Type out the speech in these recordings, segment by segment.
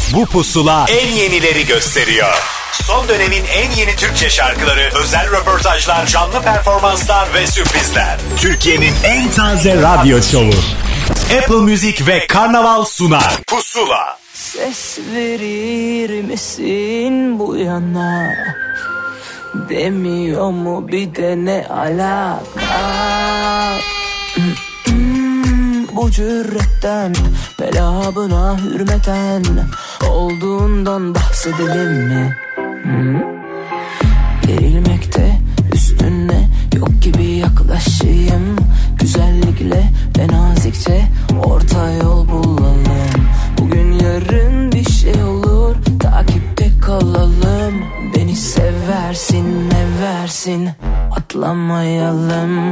Bu pusula en yenileri gösteriyor. Son dönemin en yeni Türkçe şarkıları, özel röportajlar, canlı performanslar ve sürprizler. Türkiye'nin en taze radyo şovu. Apple Music ve Karnaval sunar. Pusula. Ses verir misin bu yana? Demiyor mu bir de ne alaka? Bu cüretten, bela buna hürmeten olduğundan bahsedelim mi? Gerilmekte üstüne yok gibi yaklaşayım. Güzellikle ve nazikçe orta yol bulalım. Bugün yarın bir şey olur, takipte kalalım. Beni seversin, ne versin, atlamayalım.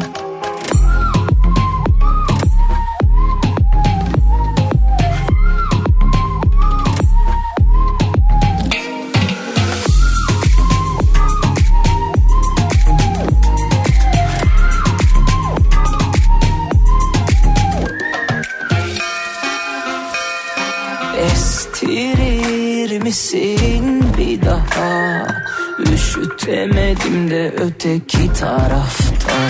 Estirir misin bir daha? Üşütemedim de öteki taraftan.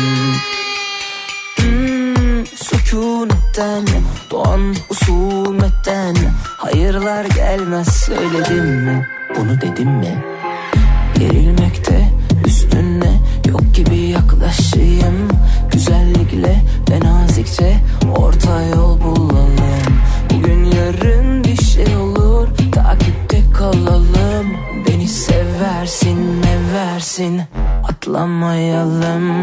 Sükunetten doğan husumetten hayırlar gelmez söyledim mi? Bunu dedim mi? Gerilmekte üstüne yok gibi yaklaşayım. Güzellikle ve nazikçe orta yol bulalım. Bugün yarın bir şey olur, takipte kalalım. Beni seversin, ne versin, atlamayalım.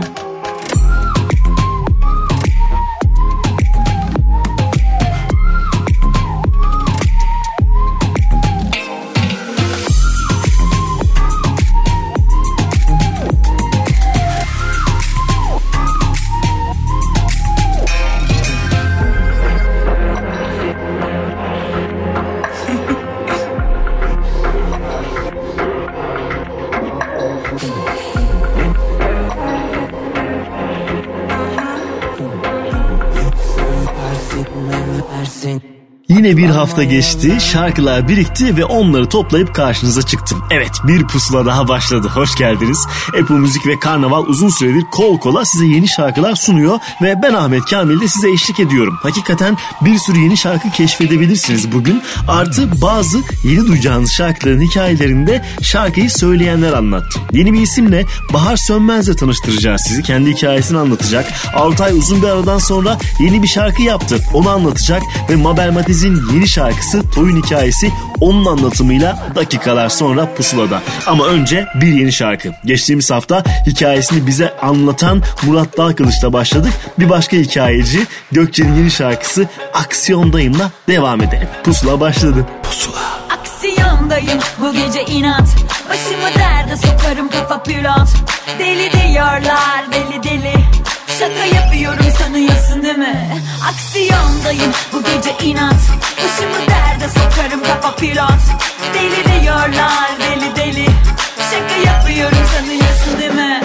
Yine bir hafta geçti, şarkılar birikti ve onları toplayıp karşınıza çıktım. Evet, bir pusula daha başladı. Hoş geldiniz. Apple Music ve Karnaval uzun süredir kol kola size yeni şarkılar sunuyor ve ben Ahmet Kamil de size eşlik ediyorum. Hakikaten bir sürü yeni şarkı keşfedebilirsiniz bugün. Artı bazı yeni duyacağınız şarkıların hikayelerinde şarkıyı söyleyenler anlattı. Yeni bir isimle Bahar Sönmez'le tanıştıracağız sizi. Kendi hikayesini anlatacak. 6 ay uzun bir aradan sonra yeni bir şarkı yaptı. Onu anlatacak ve Mabel Matiz'in yeni şarkısı Toy'un hikayesi onun anlatımıyla dakikalar sonra pusulada. Ama önce bir yeni şarkı. Geçtiğimiz hafta hikayesini bize anlatan Murat Dalkılıç'la başladık. Bir başka hikayeci Gökçe'nin yeni şarkısı Aksiyondayım'la devam edelim. Pusula başladı. Pusula. Aksiyondayım bu gece inat. Başımı derde sokarım kafa pilot. Deli diyorlar deli deli. Şaka yapıyorum sanıyorsun değil mi? Aksiyondayım bu gece inat. Başımı derde sokarım kafa pilot. Deli diyorlar deli deli. Şaka yapıyorum sanıyorsun değil mi?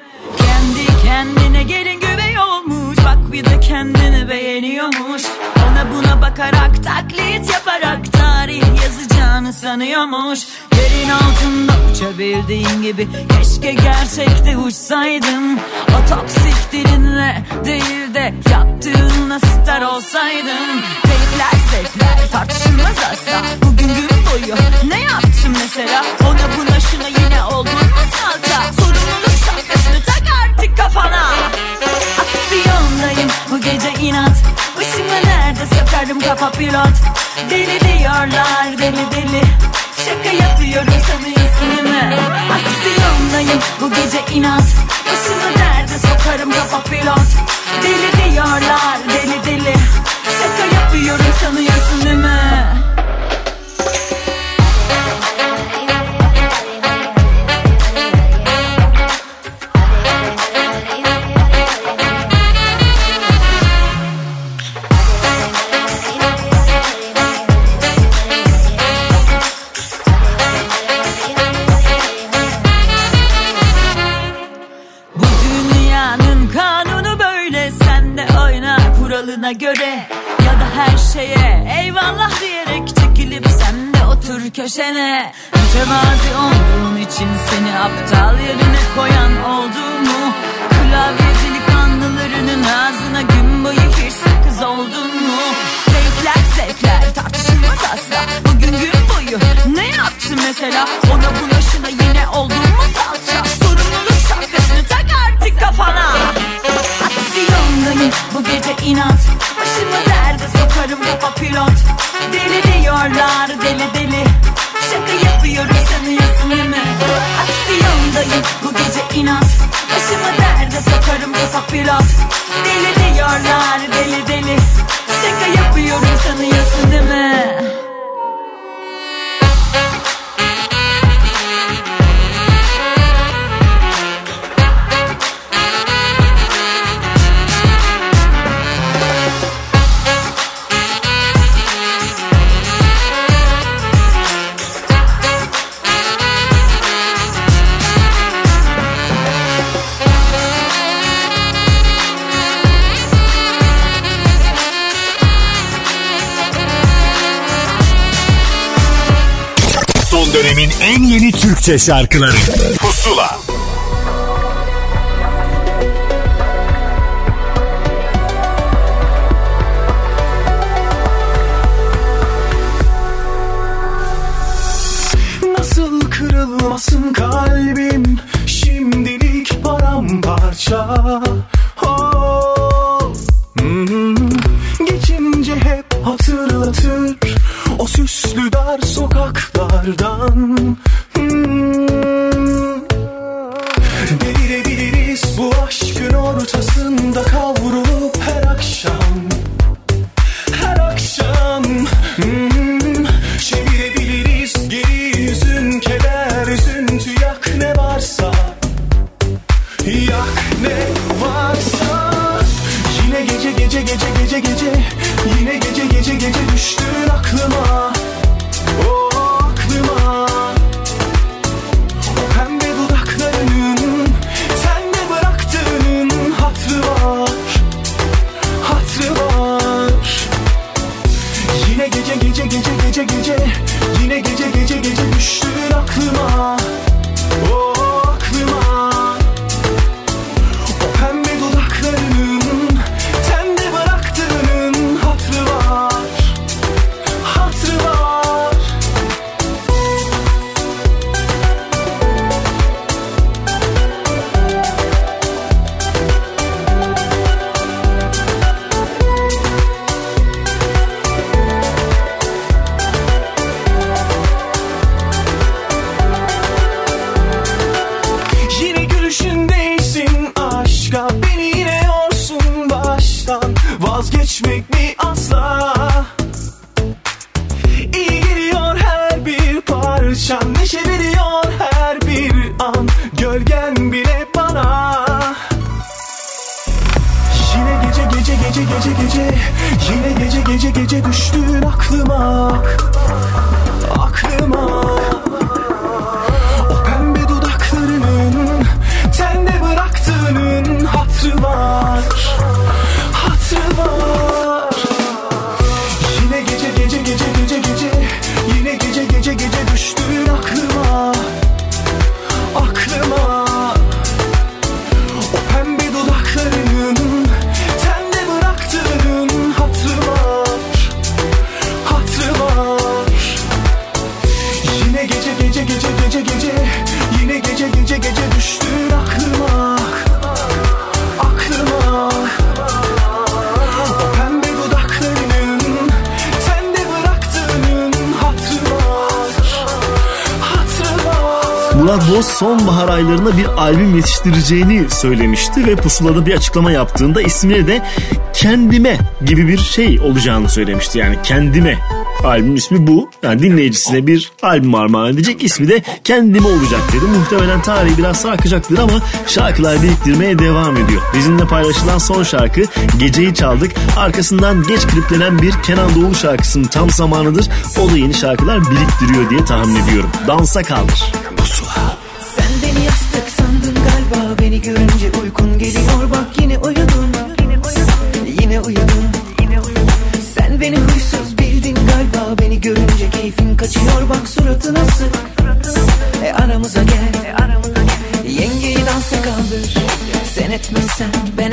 Kendi kendine gelin güvey olmuş. Bak bir de kendini beğeniyormuş. Ona buna bakarak taklit yaparak tarih yazacağını sanıyormuş. Yerin altında uçabildiğin gibi keşke gerçekte uçsaydım. O toksik dilinle değil de yaptığınla star olsaydım. Keyifler zevkler tartışılmaz asla. Bugün gün boyu ne yaptım mesela? Ona buna şuna yine oldun mu salça? Sorumluluk şapkasını tak artık kafana. Aksiyondayım bu gece inat. Başımı nerede sokarım kafa pilot. Deli diyorlar deli deli. Şaka yapıyorum sanıyorsun değil mi? Aksiyondayım bu gece inat. Başımı derde sokarım kafa pilot. Deli diyorlar deli deli. Şaka yapıyorum sanıyorsun değil mi? Göre ya da her şeye eyvallah diyerek çekilip sen otur köşene. Mütevazi olduğun için seni aptal yerine koyan oldu mu? Klavye delikanlılarının ağzına gün boyu hiç sakız oldun mu? Zevkler tartışılmaz asla. Bugün gün boyu ne yaptın mesela? Ona bu yaşına yine oldun mu salça? Sorumluluk şapkasını tak artık kafana. Aksiyondayım bu gece inat. Başımı derde sokarım kafa pilot. Deli diyorlar deli. Şaka yapıyorum sanıyorsun değil mi? Aksiyondayım bu gece inat. Başımı derde sokarım kafa pilot. Deli diyorlar deli. Şaka yapıyorum sanıyorsun değil mi? Dönemin en yeni Türkçe şarkıları Pusula. Nasıl kırılmasın kalbim, şimdilik paramparça. Oh. Geçince hep hatırlatır o süslü dar sokaklardan. Delirebiliriz bu aşkın ortasında kavrulup her akşam. Çevirebiliriz geri yüzün, keder, üzüntü, yak ne varsa. Yak ne varsa. Yine gece yine gece düştün aklıma. Aklıma. O pembe dudaklarının sende bıraktığın hatrı var. Yine gece yine gece düştün aklıma. Aklıma. O pembe dudaklarının sende bıraktığın hatrı var. Yine gülüşündeysin aşka, beni yine yorsun baştan. Vazgeçmek mi asla? İyi geliyor her bir parçan, neşe veriyor her bir an, gölgen bile bana. Yine gece yine gece düştün aklıma. O pembe dudaklarının sende bıraktığının hatrı var. Yine gece yine gece düştün aklıma. O pembe dudaklarının sende bıraktığının hatrı var. Yine gece yine gece düştün aklıma. O pembe dudaklarının sende bıraktığının hatrı var. Murat Boz sonbahar aylarında bir albüm yetiştireceğini söylemişti ve Pusula'da bir açıklama yaptığında ismine de Kendime gibi bir şey olacağını söylemişti. Yani Kendime. Albümün ismi bu. Yani dinleyicisine bir albüm armağan edecek. İsmi de Kendime olacak dedi. Muhtemelen tarihi biraz sarkacaktır ama şarkılar biriktirmeye devam ediyor. Bizimle paylaşılan son şarkı Geceyi çaldık. Arkasından geç kliplenen bir Kenan Doğulu şarkısının tam zamanıdır. O da yeni şarkılar biriktiriyor diye tahmin ediyorum. Dansa kaldır. Pusula. Sen beni yastık sandın galiba, beni görünce uykun geliyor, bak yine uyudun. Sen beni huysuz bildin galiba, beni görünce keyfin kaçıyor, bak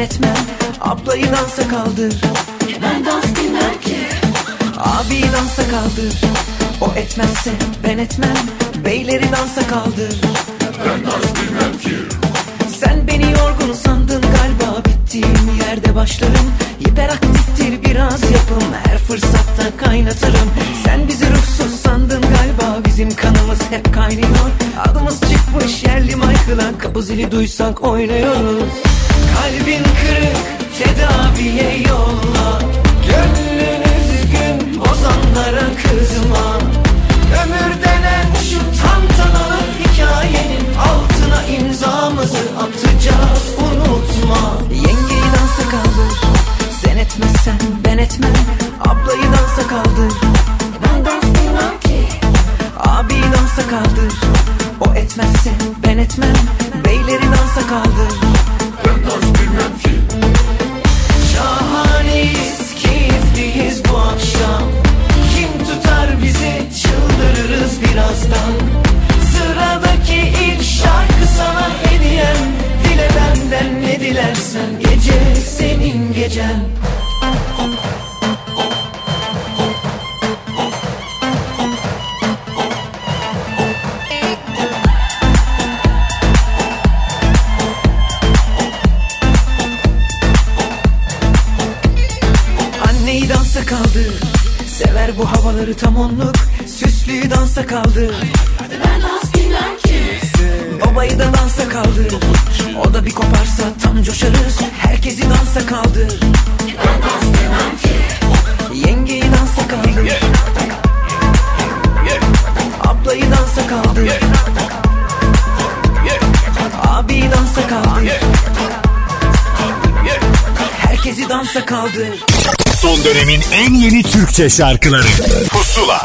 etmem. Ablayı dansa kaldır. Ben dans bilmem ki. Abi dansa kaldır. O etmezse ben etmem. Beyleri dansa kaldır. Ben dans bilmem ki. Sen beni yorgun sandın galiba, bittiğim yerde başlarım. Hiperaktiftir biraz yapım, her fırsatta kaynatırım. Sen bizi ruhsuz sandın galiba, bizim kanımız hep kaynıyor. Adımız çıkmış yerli Michael'a, kapı zili duysak oynuyoruz. Kalbin kırık, tedaviye yolla. Gönlün üzgün, bozanlara kızma. Ömür denen şu tantanalı hikayenin altına imzamızı atacağız, unutma. Yengeyi dansa kaldır. Sen etmezsen ben etmem. Ablayı dansa kaldır. Ben dans bilmem ki. Abi dansa kaldır. O etmezse ben etmem. Beyleri dansa kaldır. Ben dans bilmem ki. Şahaneyiz, keyifliyiz bu akşam. Kim tutar bizi, çıldırırız birazdan. Sıradaki ilk şarkı sana hediyem. Dile benden ne dilersen, gece senin gecen. Anneyi dansa kaldır. Sever bu havaları tam onluk. Süslüyü dansa kaldır. Ben dans bilmem ki. Babayı da dansa kaldır. O da bir koparsa tam coşarız. Herkesi dansa kaldır. Ben dans bilmem ki. Yengeyi dansa kaldır. Ablayı dansa kaldır. Abi dansa kaldır. Herkesi dansa kaldır. Son dönemin en yeni Türkçe şarkıları Pusula.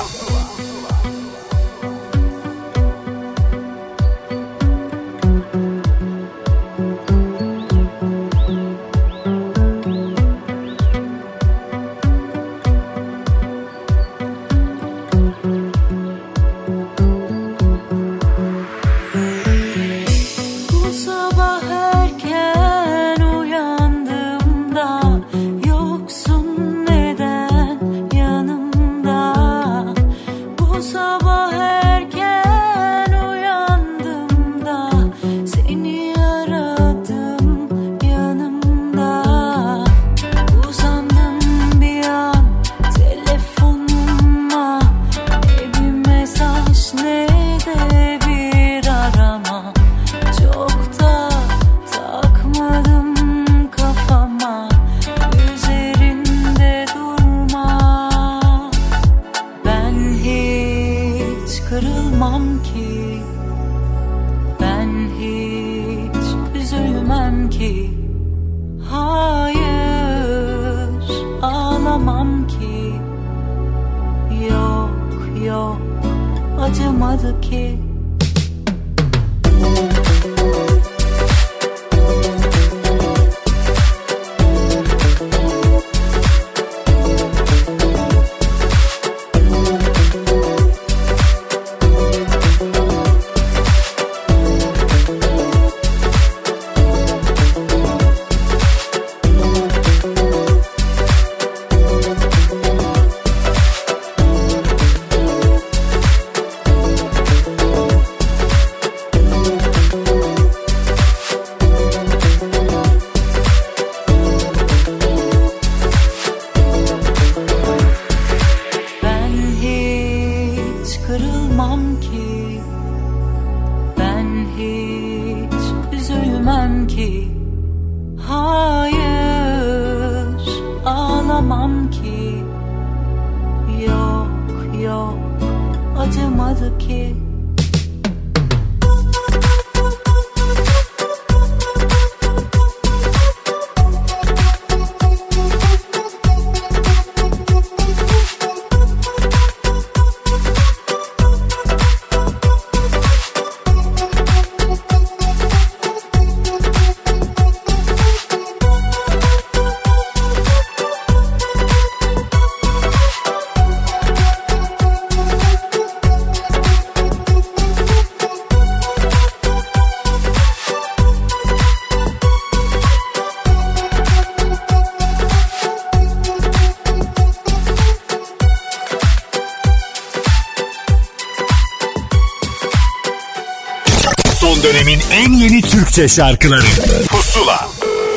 Son dönemin en yeni Türkçe şarkıları Pusula.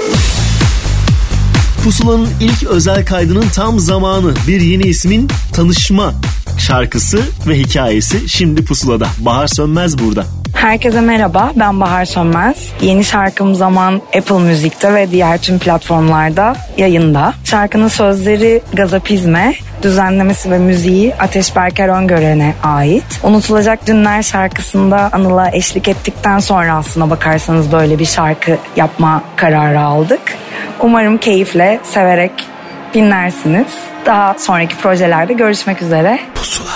Pusula'nın ilk özel kaydının tam zamanı. Bir yeni ismin tanışma şarkısı ve hikayesi şimdi Pusula'da. Bahar Sönmez burada. Herkese merhaba, ben Bahar Sönmez. Yeni şarkım Zaman Apple Music'te ve diğer tüm platformlarda yayında. Şarkının sözleri Gazapizme, düzenlemesi ve müziği Ateş Berker Öngören'e ait. Unutulacak Dünler şarkısında Anıl'a eşlik ettikten sonra aslına bakarsanız böyle bir şarkı yapma kararı aldık. Umarım keyifle, severek dinlersiniz. Daha sonraki projelerde görüşmek üzere. Pusula.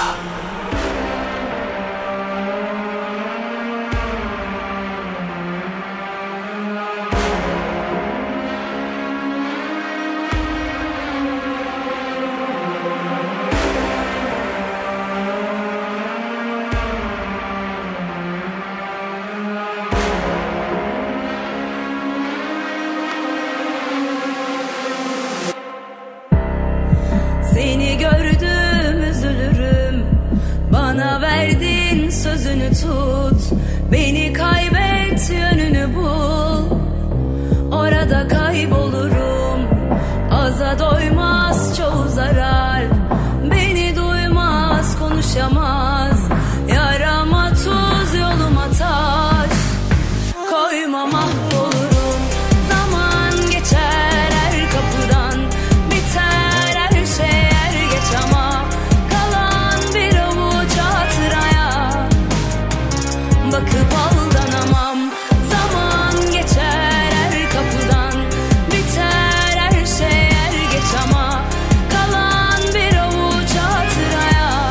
Seni gördüm üzülürüm, bana verdin sözünü tut. Beni kaybet yönünü bul, orada kaybolurum. Aza doymaz çoğu zarar, beni duymaz konuşamaz. Yarama tuz yoluma taş, koyma mahvolurum. Zaman geçer her kapıdan, biter her şey er geç ama kalan bir avuç hatıraya bakıp aldanamam. Zaman geçer her kapıdan, biter her şey er geç ama kalan bir avuç hatıraya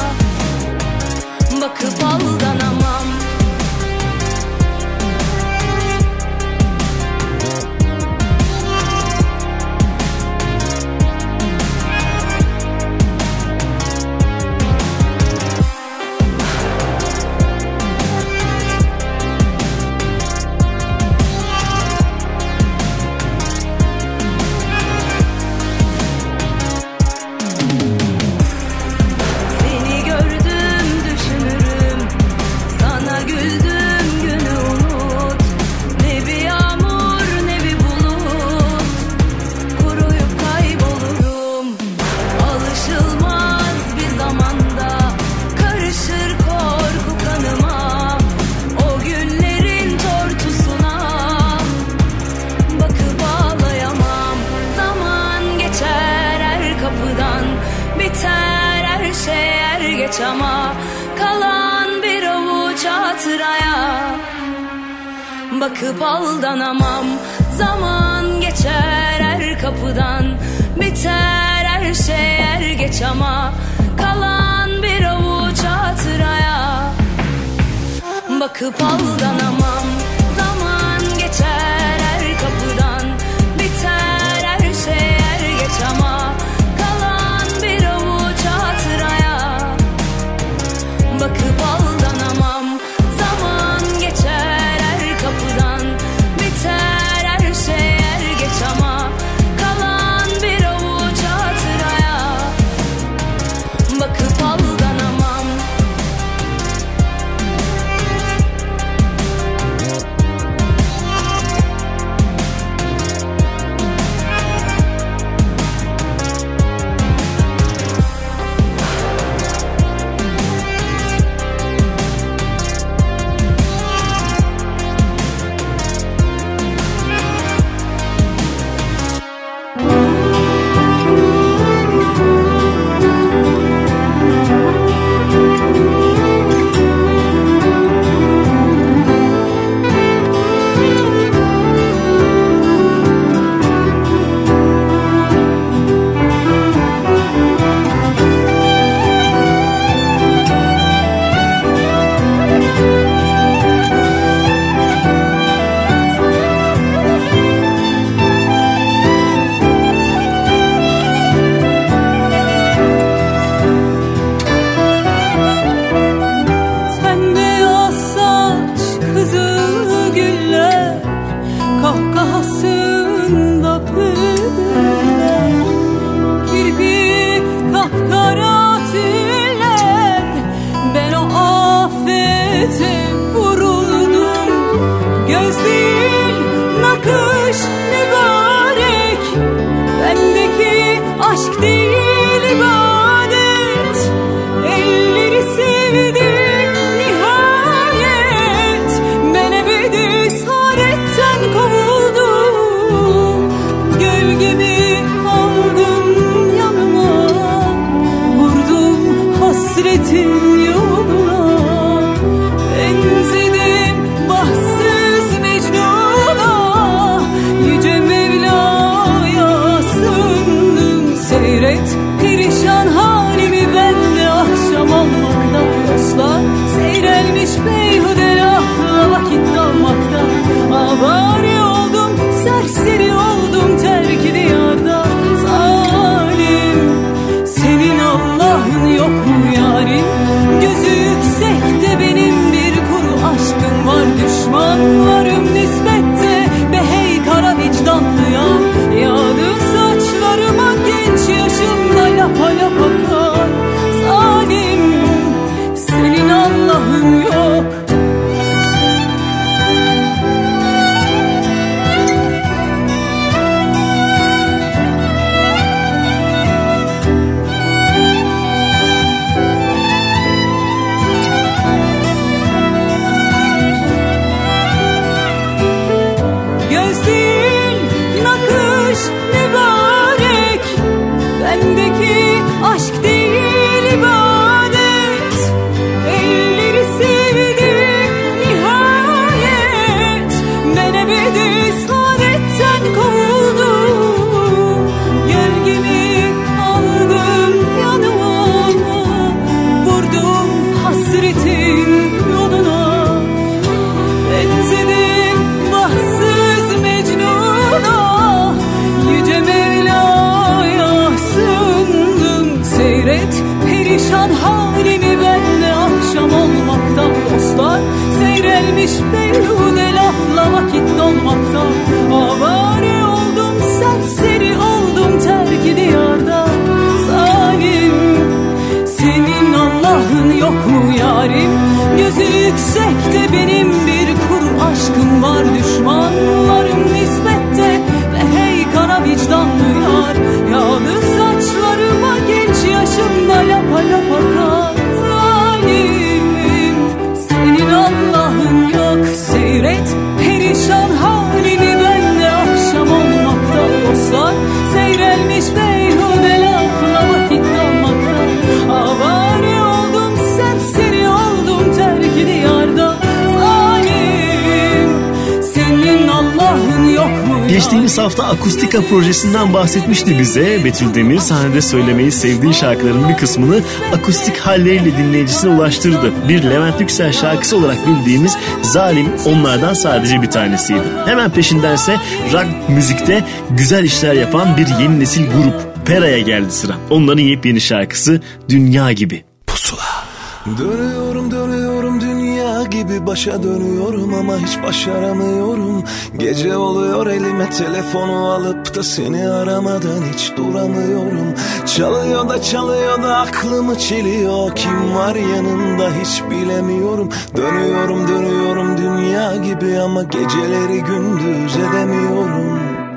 bakıp aldanamam. Seni gördüm düşünürüm, sana güldüm günü unut. Ne bir yağmur ne bir bulut, kuruyup kaybolurum. Alışılmaz bir zamanda karışır korku kanıma. O günlerin tortusuna bakıp ağlayamam. Zaman geçer her kapıdan, biter her şey er geç ama kalan bir avuç hatıraya bakıp aldanamam. Zaman geçer her kapıdan, biter her şey er geç ama kalan bir avuç hatıraya bakıp aldanamam. Zaman geçer her kapıdan, biter her şey er geç ama kalan bir avuç hatıraya bakıp aldanamam. Zaman geçer her kapıdan, biter her şey er geç ama kalan bir avuç hatıraya bakıp aldanamam. nakış mübarek, bendeki aşk değil ibadet. Elleri sevdim nihayet, ben ebedi saadetten kovuldum. Gölgemi aldım yanıma, vurdum hasretin yoluna. Benzedim bahtsız Mecnun'a, yüce Mevla'ya sığındım. Seyret perişan halimi, ben de akşam olmakta. Dostlar seyrelmiş beyhude lafla vakit dalmakta. Avare oldum, serseri oldum terk diyarda. Zalim, senin Allah'ın yok mu yarim? Gözü yüksekte benim bir kuru aşkım var. Düşmanlarım nispette be hey kara vicdanlı yar. Yağdı saçlarıma genç yaşımda lapa lapa kar. Zalim, senin Allah'ın yok. Gözlerin nakış mübarek, bendeki aşk değil ibadet. Elleri sevdim nihayet, ben ebedi saadetten kovuldum. Gölgemi aldım yanıma, vurdum hasretin yoluna. Benzedim bahtsız Mecnun'a, yüce Mevla'ya sığındım. Seyret perişan halimi, ben de akşam olmakta. Dostlar seyrelmiş beyhude lafla vakit dolmakta. Avare oldum, serseri oldum terk diyarda. Zalim, senin Allah'ın yok mu yarim? Gözü yüksekte benim bir kuru aşkım var. Düşmanlarım nispette ve hey kara vicdanlı yar. Yağdı saçlarıma genç yaşımda lapa lapa kar. Zalim, senin Allah'ın yok. Seyret perişan halimi, ben de akşam olmakta. Dostlar seyrelmiş beyhude lafla vakit dalmakta. Avare oldum, serseri oldum terk diyarda. Zalim, senin Allah'ın yok mu? Geçtiğimiz hafta Akustika projesinden bahsetmişti bize. Betül Demir sahnede söylemeyi sevdiği şarkıların bir kısmını akustik halleriyle dinleyicisine ulaştırdı. Bir Levent Yüksel şarkısı olarak bildiğimiz Zalim onlardan sadece bir tanesiydi. Hemen peşindense rock müzikte güzel işler yapan bir yeni nesil grup Pera'ya geldi sıra. Onların yepyeni şarkısı Dünya Gibi. Pusula. Dönüyorum dönüyorum dünya gibi, başa dönüyorum ama hiç başaramıyorum. Gece oluyor elime telefonu alıp da seni aramadan hiç duramıyorum. Çalıyor da çalıyor da aklımı çeliyor, kim var yanında hiç bilemiyorum. Dönüyorum dönüyorum dünya gibi ama geceleri gündüz edemiyorum.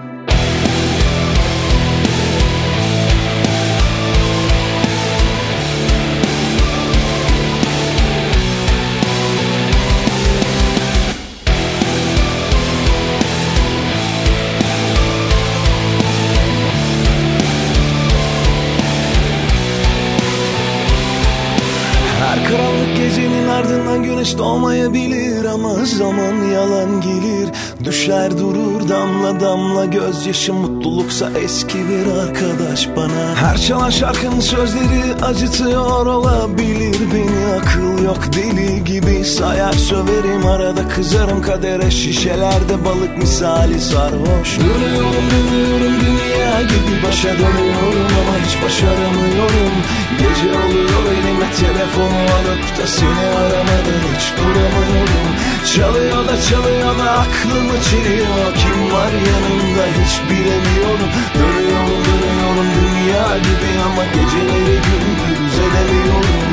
Ardından güneş doğmayabilir ama zaman yalan gelir. Düşer durur damla damla gözyaşım, mutluluksa eski bir arkadaş bana. Her çalan şarkının sözleri acıtıyor olabilir beni. Akıl yok deli gibi sayar söverim, arada kızarım kadere. Şişelerde balık misali sarhoş. Dönüyorum dönüyorum dünya gibi, başa dönüyorum ama hiç başaramıyorum. Gece oluyor elime telefonu alıp da seni aramadan hiç duramıyorum. Çalıyor da çalıyor da aklımı çeliyor, kim var yanımda hiç bilemiyorum. Dönüyorum dönüyorum dünya gibi ama geceleri gündüz edemiyorum.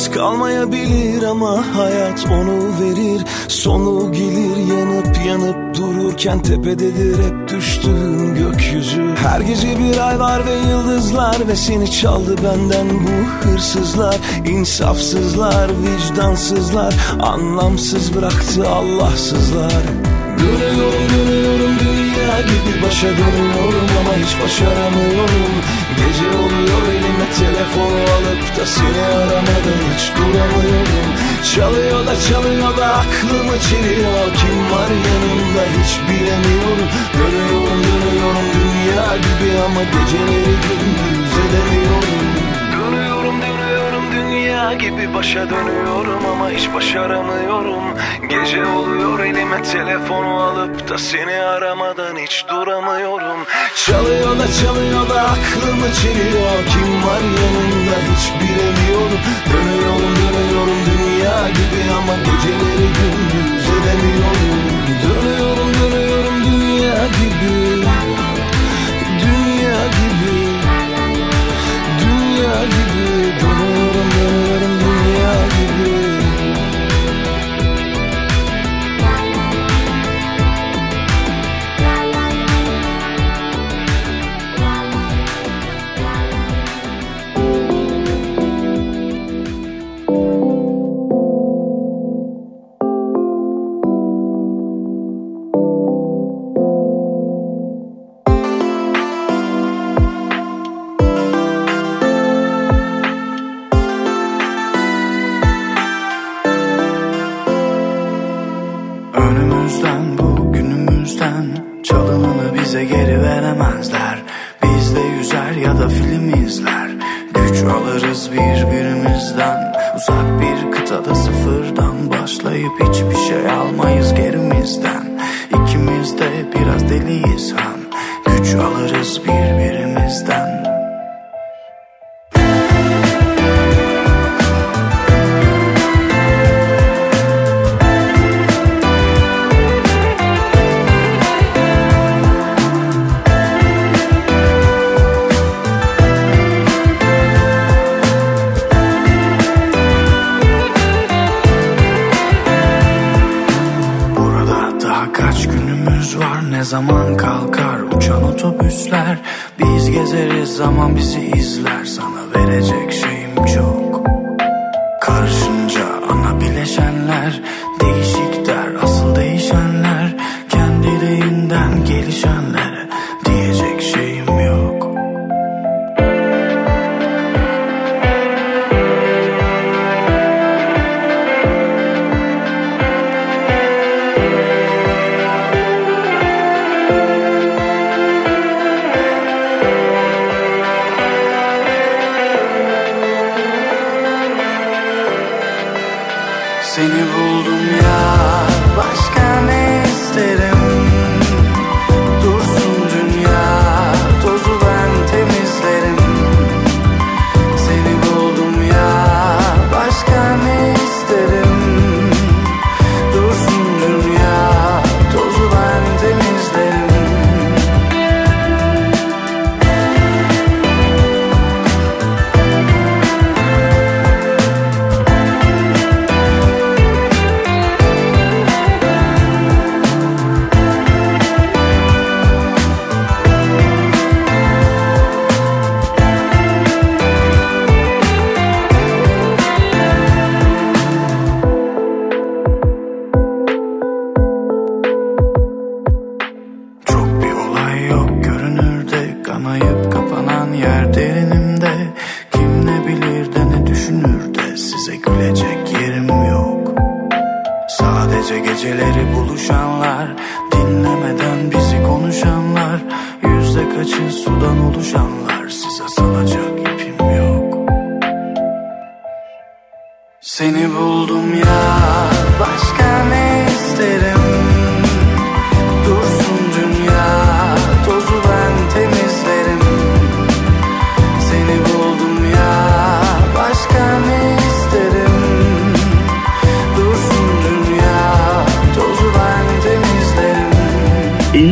Biz kalmayabilir ama hayat onu verir. Sonu gelir yanıp yanıp dururken, tepededir hep düştüğün gökyüzü. Her gece bir ay var ve yıldızlar, ve seni çaldı benden bu hırsızlar. İnsafsızlar, vicdansızlar, anlamsız bıraktı Allahsızlar. Dönüyorum dünya gibi başa dönüyorum ama hiç başaramıyorum. Gece oluyor elime telefonu alıp da seni aramadan hiç duramıyorum. Çalıyor da aklımı çeliyor, kim var yanımda hiç bilemiyorum. Dönüyorum dünya gibi ama geceleri gündüz edemiyorum. Dönüyorum dünya gibi başa dönüyorum ama hiç başaramıyorum. Gece oluyor elime telefonu alıp da seni aramadan hiç duramıyorum. Çalıyor da aklımı çeliyor, kim var yanımda hiç bilemiyorum. Dönüyorum dünya gibi ama geceleri gündüz edemiyorum. Dönüyorum dünya gibi, dünya gibi, dünya gibi. Dönüyorum dünya gibi.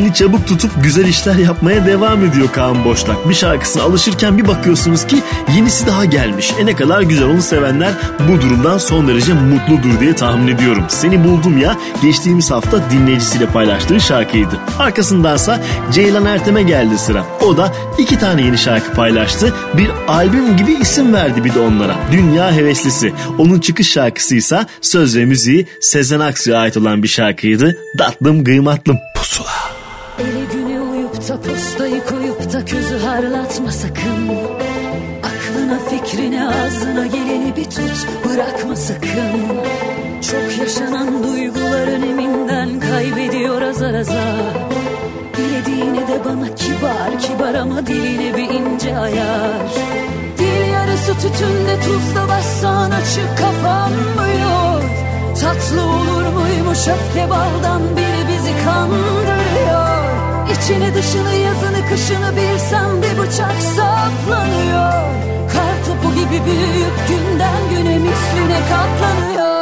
Elini çabuk tutup güzel işler yapmaya devam ediyor Kaan Boşnak. Bir şarkısına alışırken bir bakıyorsunuz ki yenisi daha gelmiş. Ne kadar güzel, onu sevenler bu durumdan son derece mutludur diye tahmin ediyorum. Seni Buldum Ya geçtiğimiz hafta dinleyicisiyle paylaştığı şarkıydı. Arkasındansa Ceylan Ertem'e geldi sıra. O da 2 tane yeni şarkı paylaştı. Bir albüm gibi isim verdi bir de onlara. Dünya Heveslisi. Onun çıkış şarkısıysa söz ve müziği Sezen Aksu'ya ait olan bir şarkıydı. Tatlım Kıymatlım. Pusula. Eli güne uyup da postayı koyup da közü harlatma sakın. Aklına fikrine ağzına geleni bir tut, bırakma sakın. Çok yaşanan duyguların eminden kaybediyor azar azar. Dilediğine de bana kibar kibar ama diline bir ince ayar. Dil yarısı tütünde tuzla bassan açık kapanmıyor. Tatlı olur muymuş öfke baldan biri bizi kandırıyor. İçini dışını yazını kışını bilsem bir bıçak saplanıyor. Kar topu gibi büyüyüp günden güne misline katlanıyor.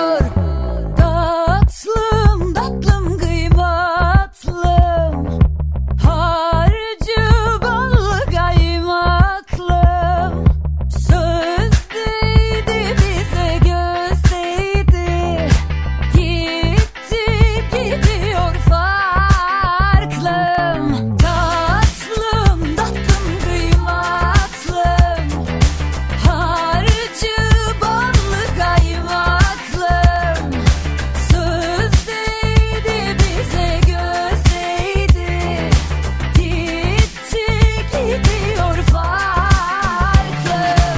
Tatlım tatlım kıymatlım, harcı ballı kaymaklım. Söz değdi bize göz değdi, gitti gidiyor farklım. Tatlım tatlım kıymatlım, harcı ballı kaymaklım. Söz değdi bize göz değdi, gitti gidiyor farklım.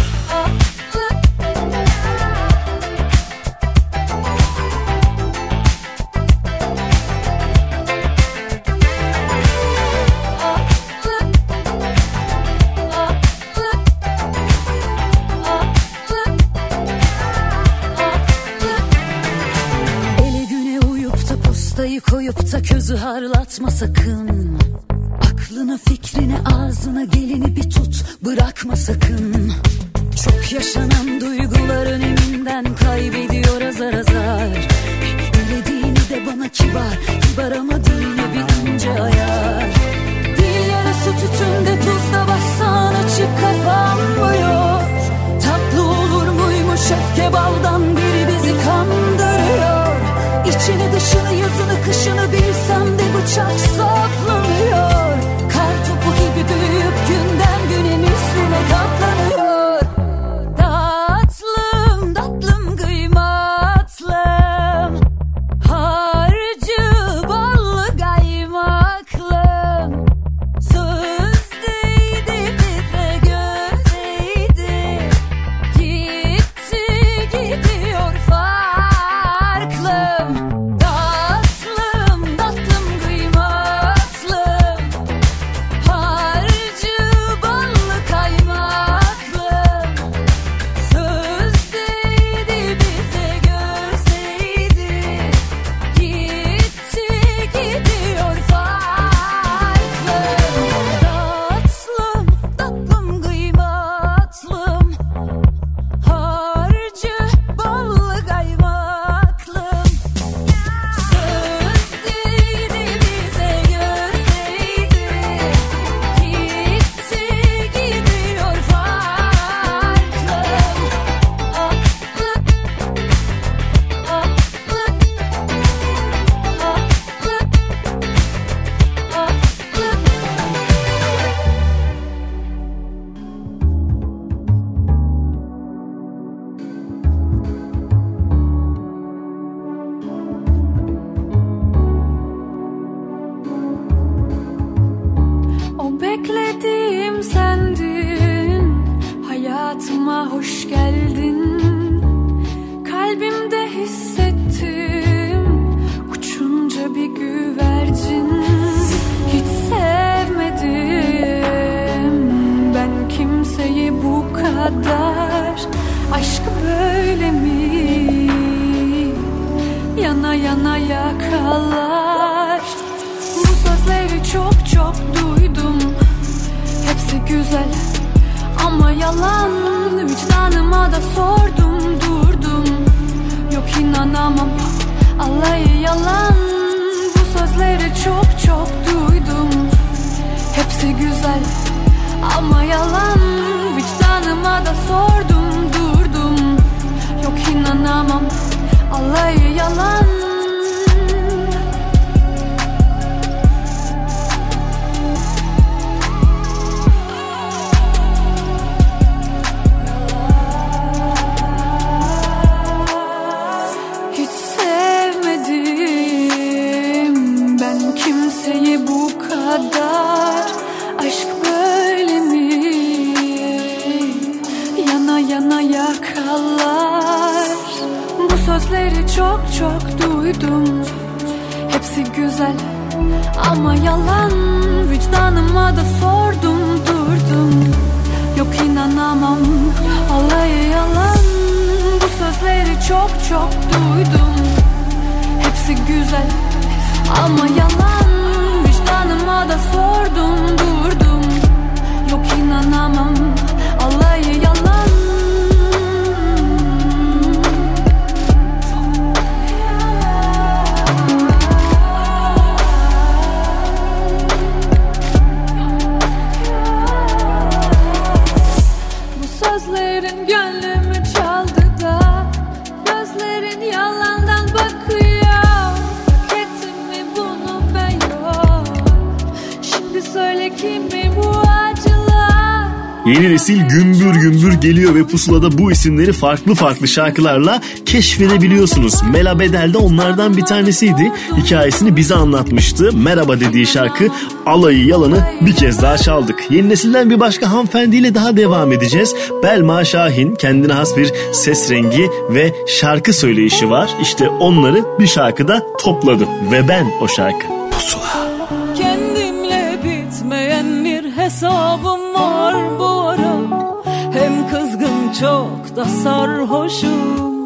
Ele güne uyup da postayı koyup da közü harlatma sakın. Aklına fikrine ağzına geleni bir tut, bırakma sakın. Çok yaşanan duyguların eminden kaybediyor azar azar. Dilediğini de bana kibar kibar ama diline bir ince ayar. Dil yarısı tütünde tuzla bassan açık kapanmıyor. Tatlı olur muymuş öfke baldan biri bizi kandırıyor. İçini dışını yazını kışını bilsem de bıçak saplanıyor. Kar topu gibi büyüyüp günden güne misline katlanıyor. Tatlım tatlım kıymatlım, harcı ballı kaymaklım. Söz değdi bize göz değdi, gitti gidiyor farklım. Tatlım tatlım kıymatlım, harcı ballı kaymaklım. Söz değdi bize göz değdi, gitti gidiyor farklım. Tatlım tatlım kıymatlım, harcı ballı kaymaklım. Söz değdi bize göz değdi, gitti gidiyor O beklediğim sendin, hayatıma hoş geldin. Kalbimde hissettim, uçunca bir güvercin. Hiç sevmedim ben kimseyi bu kadar. Aşk böyle mi? Yana yana yakalar. Bu sözleri çok çok duydum, hepsi güzel ama yalan. Vicdanıma da sordum durdum, yok inanamam, alayı yalan. Bu sözleri sözleri çok çok duydum. Hepsi güzel ama yalan. Vicdanıma da sordum durdum. Yok inanamam, alayı yalan. Hiç sevmedim ben kimseyi bu kadar. Aşk böyle mi? Yana yana yakalar. Bu sözleri çok çok duydum. Hepsi güzel ama yalan. Vicdanıma da sordum durdum. Yok inanamam, alayı yalan. Bu sözleri çok çok duydum. Hepsi güzel ama yalan. Vicdanıma da sordum durdum. Yok inanamam, alayı yalan. Bu sözlerin gönlümü çaldı da gözlerin yalandan bakıyor. Hak ettim mi bunu ben yok. Şimdi söyle kim mi bu acılar? Yeni nesil gümbür gümbür geliyor ve Pusula'da bu isimleri farklı farklı şarkılarla keşfedebiliyorsunuz. Mela Bedel de onlardan bir tanesiydi. Hikayesini bize anlatmıştı. Merhaba dediği şarkı Alayı Yalan'ı bir kez daha çaldık. Yeni nesilden bir başka hanımefendiyle daha devam edeceğiz. Belma Şahin, kendine has bir ses rengi ve şarkı söyleyişi var. İşte onları bir şarkıda topladı ve ben o şarkı. Pusula. Kendimle bitmeyen bir hesabım var bu ara. Hem kızgın çok da sarhoşum.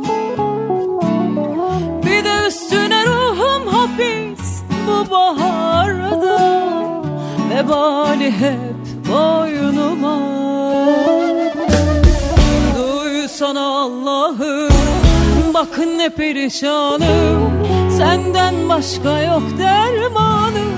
Bir de üstüne ruhum hapis bu baharda. Vebali hep boynuma. Duysana Allah'ım, bak ne perişanım. Senden başka yok dermanım.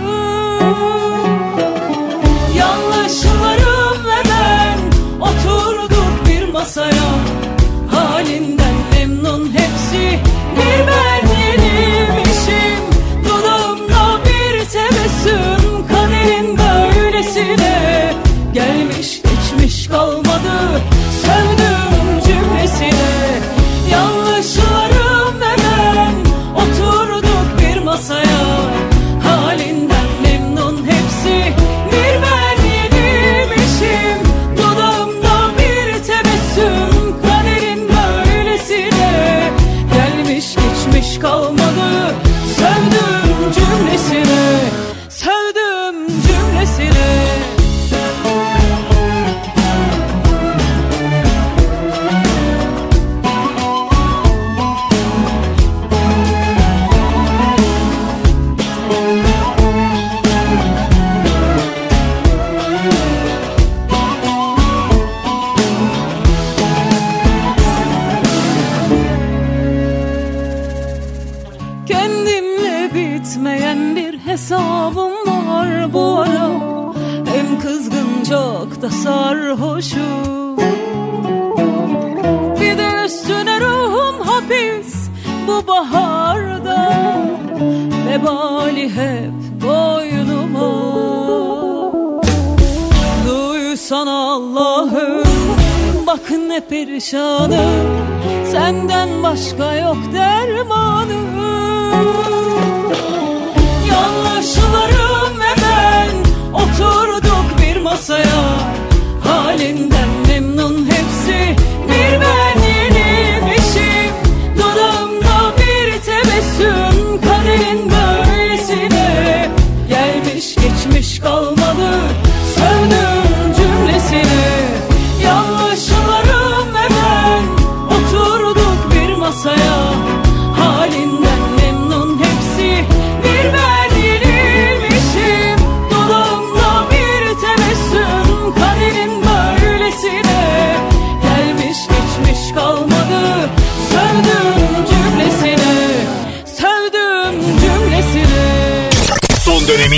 Yanlışlarım ve ben oturduk bir masaya. Halinden memnun hepsi, bir ben yenilmişim. Dudağımda bir tebessüm, kaderin böylesine. Gelmiş geçmiş kalmadı sövdüğüm cümlesine. Yanlışlarım ve ben oturduk bir masaya. Halinden memnun hepsi, bir ben yenilmişim. Dudağımda bir tebessüm, kaderin böylesine. Gelmiş geçmiş kalmadı sövdüğüm cümlesine. Sövdüğüm cümlesine. Kendimle bitmeyen bir hesabım var bu ara. Hem kızgın çok da sarhoşum. Bir de üstüne ruhum hapis bu baharda. Vebali hep boynuma. Duysana Allah'ım, bak ne perişanım. Senden başka yok dermanım. Yanlışlarım ve ben oturduk bir masaya. Halinden memnun hepsi, bir ben yenilmişim. Dudağımda bir tebessüm, kaderin böylesine. Gelmiş geçmiş kalmadı sövdüğüm cümlesine. Yanlışlarım ve ben oturduk bir masaya. Halinden memnun hepsi, bir ben yenilmişim. Dudağımda bir tebessüm, kaderin böylesine. Gelmiş geçmiş kalmadı sövdüğüm cümlesine. Sövdüğüm cümlesine.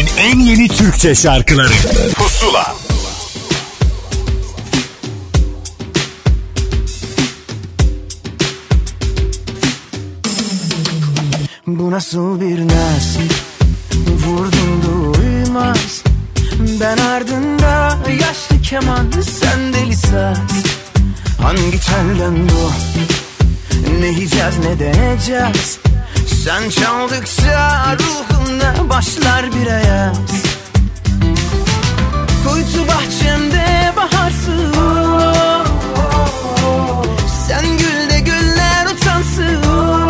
en yeni Türkçe şarkıları Pusula. Bu nasıl bir nasip, vurdun duymaz. Ben ardında yaşlı keman, sen deli saz. Hangi telden bu, ne yiyeceğiz ne deneyeceğiz. Sen çaldıkça ruhumda başlar bir ayaz. Kuytu bahçemde baharsın, sen gül de güller utansın.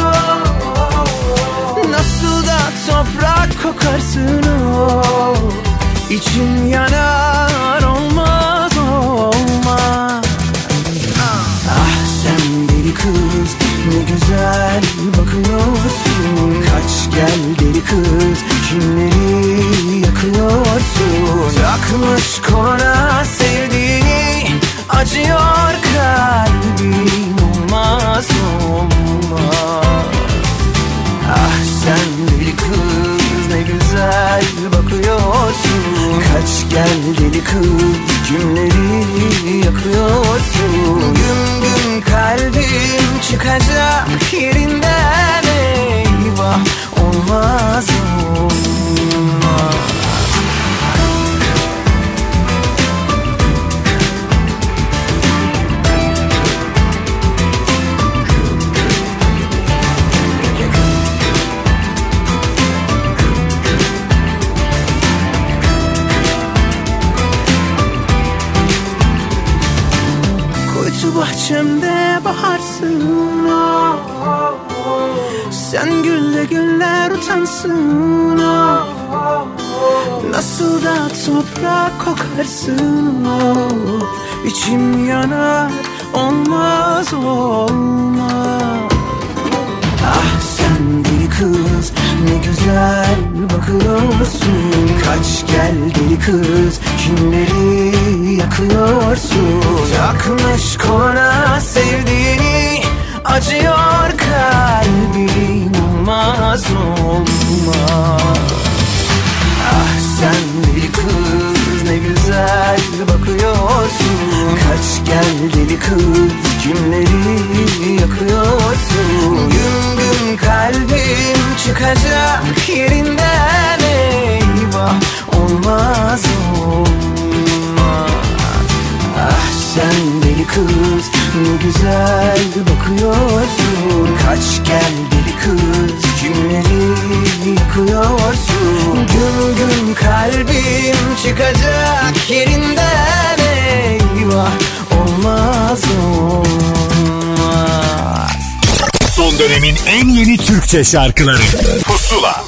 Nasıl da toprak kokarsın o, İçim yanar olmaz olmaz. Ah sen deli kız, ne güzel bakıyorsun. Kaç gel deli kız, kimleri yakıyorsun. Takmış koluna sevdiğini, acıyor kalbim olmaz olmaz. Ah sen deli kız, ne güzel bakıyorsun. Kaç gel deli kız, kimleri yakıyorsun. Güm güm kalbim çıkacak yerinden, eyvah olmaz olmaz. Kuytu bahçemde baharsın, oh, oh, oh. Sen gülle güller utansın, oh, oh, oh. Nasıl da toprak kokarsın, oh. İçim yanar olmaz olmaz. Ah sen deli kız, ne güzel bakıyorsun. Kaç gel deli kız, kimleri yakıyorsun. Takmış koluna sevdiğini, acıyor kalbim olmaz olmaz. Ah sen deli kız, ne güzel bakıyorsun. Kaç gel deli kız, kimleri yakıyorsun. Güm güm kalbim çıkacak yerinden, eyvah olmaz olmaz. Ah sen deli kız, ne güzel bakıyorsun. Kaç gel deli kız, kimleri yakıyorsun. Güm güm kalbim çıkacak yerinden, eyvah olmaz olmaz. Son dönemin en yeni Türkçe şarkıları Pusula.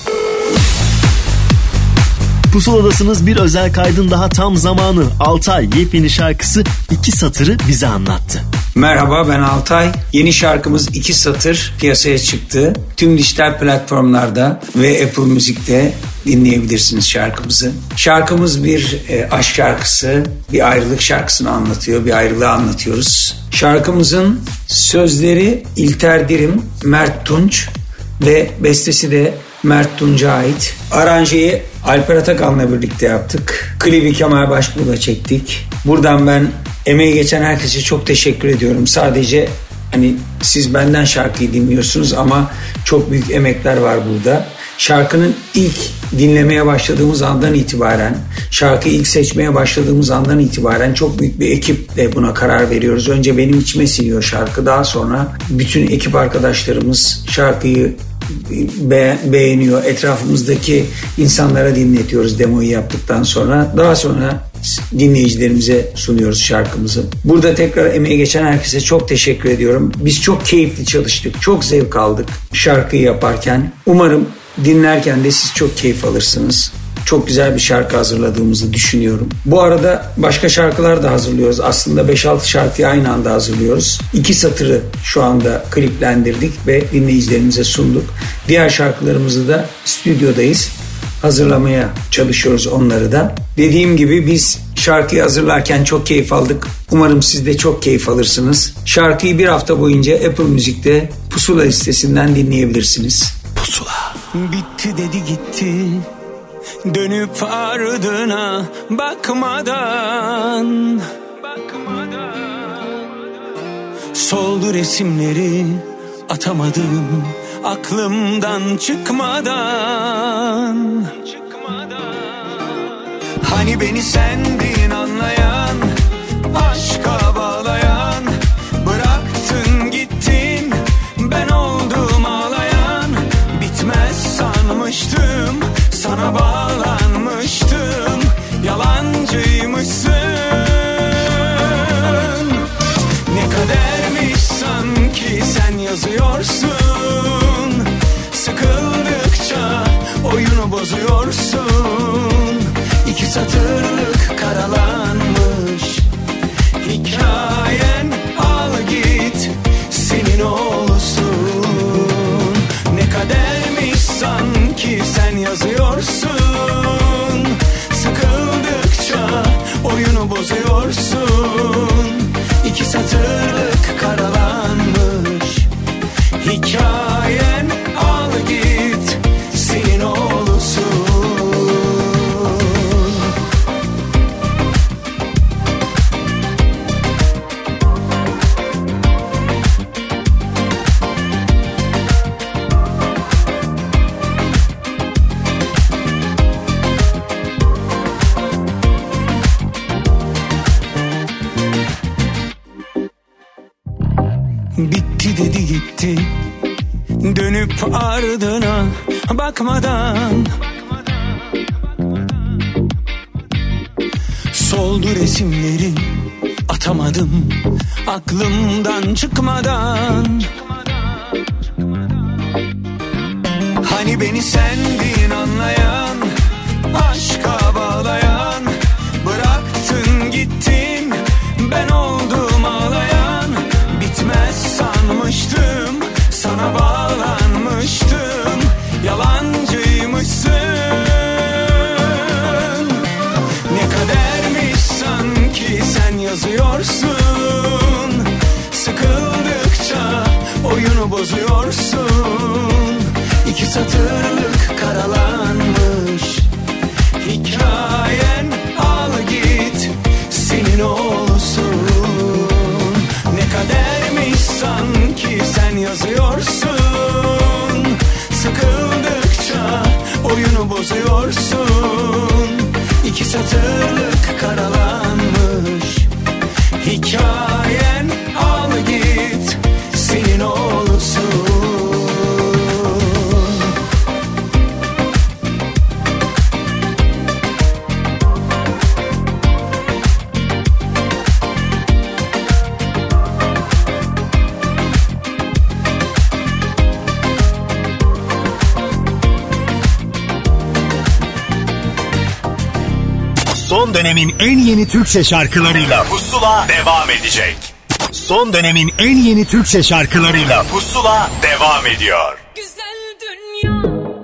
Pusuladasınız, bir özel kaydın daha tam zamanı. Altay yepyeni şarkısı 2 satırı bize anlattı. Merhaba, ben Altay. Yeni şarkımız 2 satır piyasaya çıktı. Tüm dijital platformlarda ve Apple Müzik'te dinleyebilirsiniz şarkımızı. Şarkımız bir aşk şarkısı, bir ayrılık şarkısını anlatıyor, bir ayrılığı anlatıyoruz. Şarkımızın sözleri İlter Dirim, Mert Tunç ve bestesi de Mert Tunç'a ait. Aranjeyi Alper Atakan'la birlikte yaptık. Klibi Kemal Başbuğ'la çektik. Buradan ben emeği geçen herkese çok teşekkür ediyorum. Sadece hani siz benden şarkıyı dinliyorsunuz ama çok büyük emekler var burada. Şarkının ilk dinlemeye başladığımız andan itibaren, şarkıyı ilk seçmeye başladığımız andan itibaren çok büyük bir ekiple buna karar veriyoruz. Önce benim içime siniyor şarkı, daha sonra bütün ekip arkadaşlarımız şarkıyı beğeniyor. Etrafımızdaki insanlara dinletiyoruz demoyu yaptıktan sonra. Daha sonra dinleyicilerimize sunuyoruz şarkımızı. Burada tekrar emeği geçen herkese çok teşekkür ediyorum. Biz çok keyifli çalıştık. Çok zevk aldık şarkıyı yaparken. Umarım dinlerken de siz çok keyif alırsınız. Çok güzel bir şarkı hazırladığımızı düşünüyorum. Bu arada başka şarkılar da hazırlıyoruz. Aslında 5-6 şarkıyı aynı anda hazırlıyoruz. 2 satırı şu anda kliplendirdik ve dinleyicilerimize sunduk. Diğer şarkılarımızı da stüdyodayız. Hazırlamaya çalışıyoruz onları da. Dediğim gibi biz şarkıyı hazırlarken çok keyif aldık. Umarım siz de çok keyif alırsınız. Şarkıyı bir hafta boyunca Apple Müzik'te Pusula listesinden dinleyebilirsiniz. Pusula. Bitti dedi gitti, Dönüp ardına bakmadan. Soldu resimleri atamadım aklımdan çıkmadan. Hani beni sendin anlayan, aşka bağlayan, bıraktın gittin, ben oldum ağlayan. Bitmez sanmıştım, sana bağlanmıştım, yalancıymışsın. Ne kadermiş sanki sen yazıyorsun, sıkıldıkça oyunu bozuyorsun. İki satırlık karalanmış hikayen, al git senin olsun. Ne kadermiş sanki sen yazıyorsun, sıkıldıkça oyunu bozuyorsun. İki satırlık karalanmış hikayen, al git senin olsun. Bitti dedi gitti, dönüp ardına bakmadan. Soldu resimleri atamadım aklımdan çıkmadan. Hani beni sendin anlayan, aşka bağlayan, bıraktın gittin, ben oldum ağlayan. Bitmez sanmıştım, sana bağlanmıştım, yalancıymışsın. Ne kadermiş sanki sen yazıyorsun, sıkıldıkça oyunu bozuyorsun. İki satırlık karalanmış hikayen, al git senin olsun. Ne kadermiş sanki sen yazıyorsun, sıkıldıkça oyunu bozuyorsun. İki satırlık karalanmış hikayen, al git senin olsun. Son dönemin en yeni Türkçe şarkılarıyla Pusula devam edecek. Son dönemin en yeni Türkçe şarkılarıyla Pusula devam ediyor. Güzel dünya.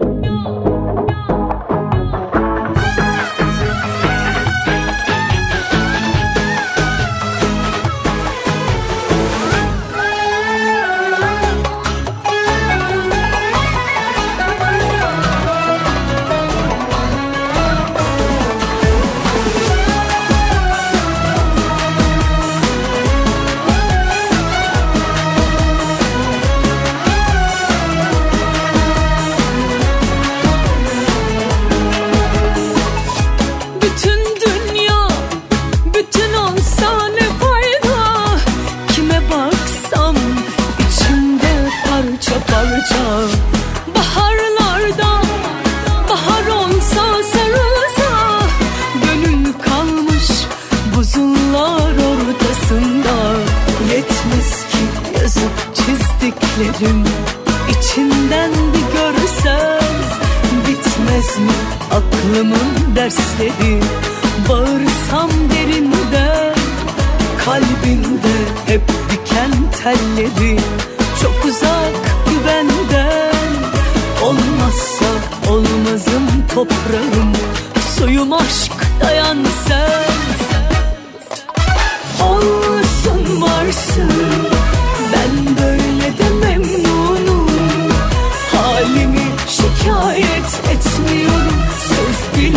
Baharlarda bahar olsa sarılsa, gönül kalmış buzullar ortasında. Yetmez ki yazıp çizdiklerim, içinden bir görsen. Bitmez mi aklımın dersleri, bağırsam derinden. Kalbimde hep diken telleri, çok uzak güvenden. Olmazsa olmazım toprağım, suyum aşk dayan sen. Olsun varsın, ben böyle de memnunum. Halimi şikayet etmiyorum, söz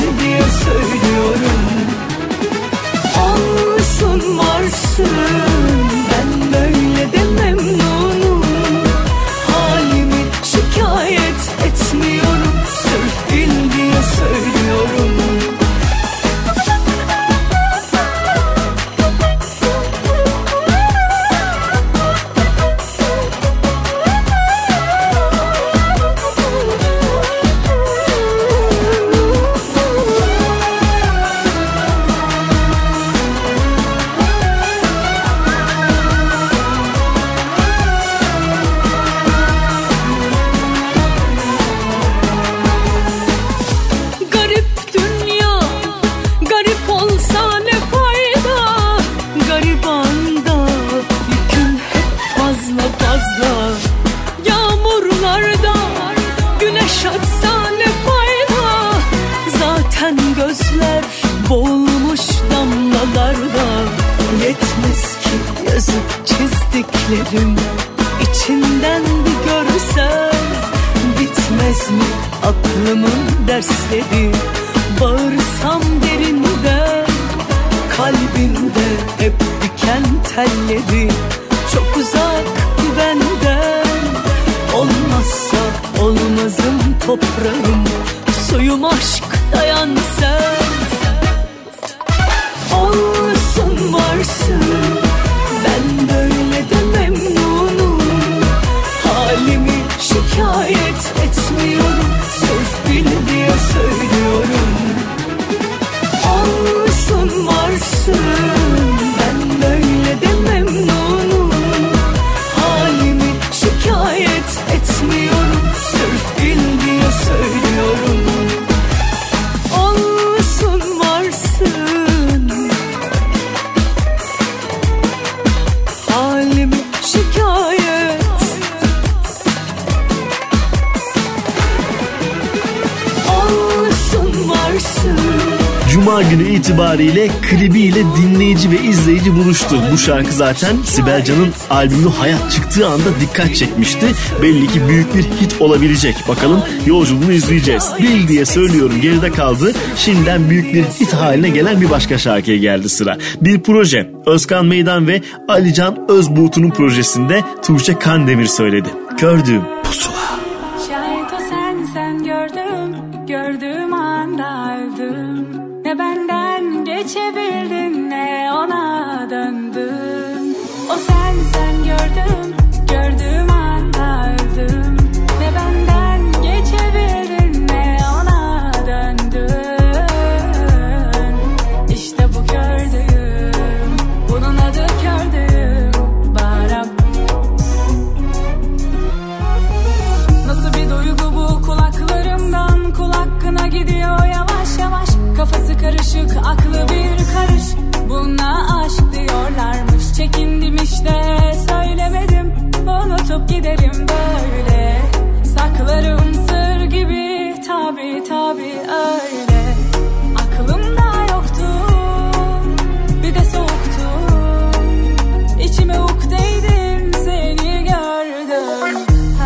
boğulmuş damlalarda. Yetmez ki yazıp çizdiklerim, içinden bir görsen. Bitmez mi aklımın dersleri, bağırsam derinden. Kalbimde hep diken telleri, çok uzak benden. Olmazsa olmazım toprağım, suyum aşk dayan sen. Olsun varsın, ben böyle de memnunum. Halimi şikayet etmiyorum, sırf bil diye söylüyorum. Olsun varsın, ben böyle de memnunum. Halimi şikayet etmiyorum, sırf bil diye söylüyorum. Olsun varsın, halimi şikayet. Olsun varsın. Cuma günü itibariyle klibiyle dinleyici ve izleyici buluştu. Bu şarkı zaten Sibel Can'ın albümü Hayat çıktığı anda dikkat çekmişti. Belli ki büyük bir hit olabilecek. Bakalım yolculuğunu izleyeceğiz. Bil diye söylüyorum geride kaldı. Şimdiden büyük bir hit haline gelen bir başka şarkıya geldi sıra. Bir proje. Özkan Meydan ve Alican Özbuğut'un projesinde Tuğçe Kandemir söyledi. Gördüğüm pusula. Şayet o sen gördüğüm anda öldüm. Ne benden geçebildin ne ona döndün. O sen gördüğüm anda öldüm. Ne benden geçebildin ne ona döndün. İşte bu gördüğüm, bunun adı gördüğüm Baharım. Nasıl bir duygu bu, kulaklarımdan kul hakkına gidiyor yavaş yavaş. Kafası karışık, aklı bir karış. Buna aşk diyorlarmış. Çekindim işte, söylemedim. Unutup giderim böyle. Saklarım sır gibi, tabi öyle. Aklımda yoktun, bir de soğuktun. İçime ukdeydin, seni gördüm.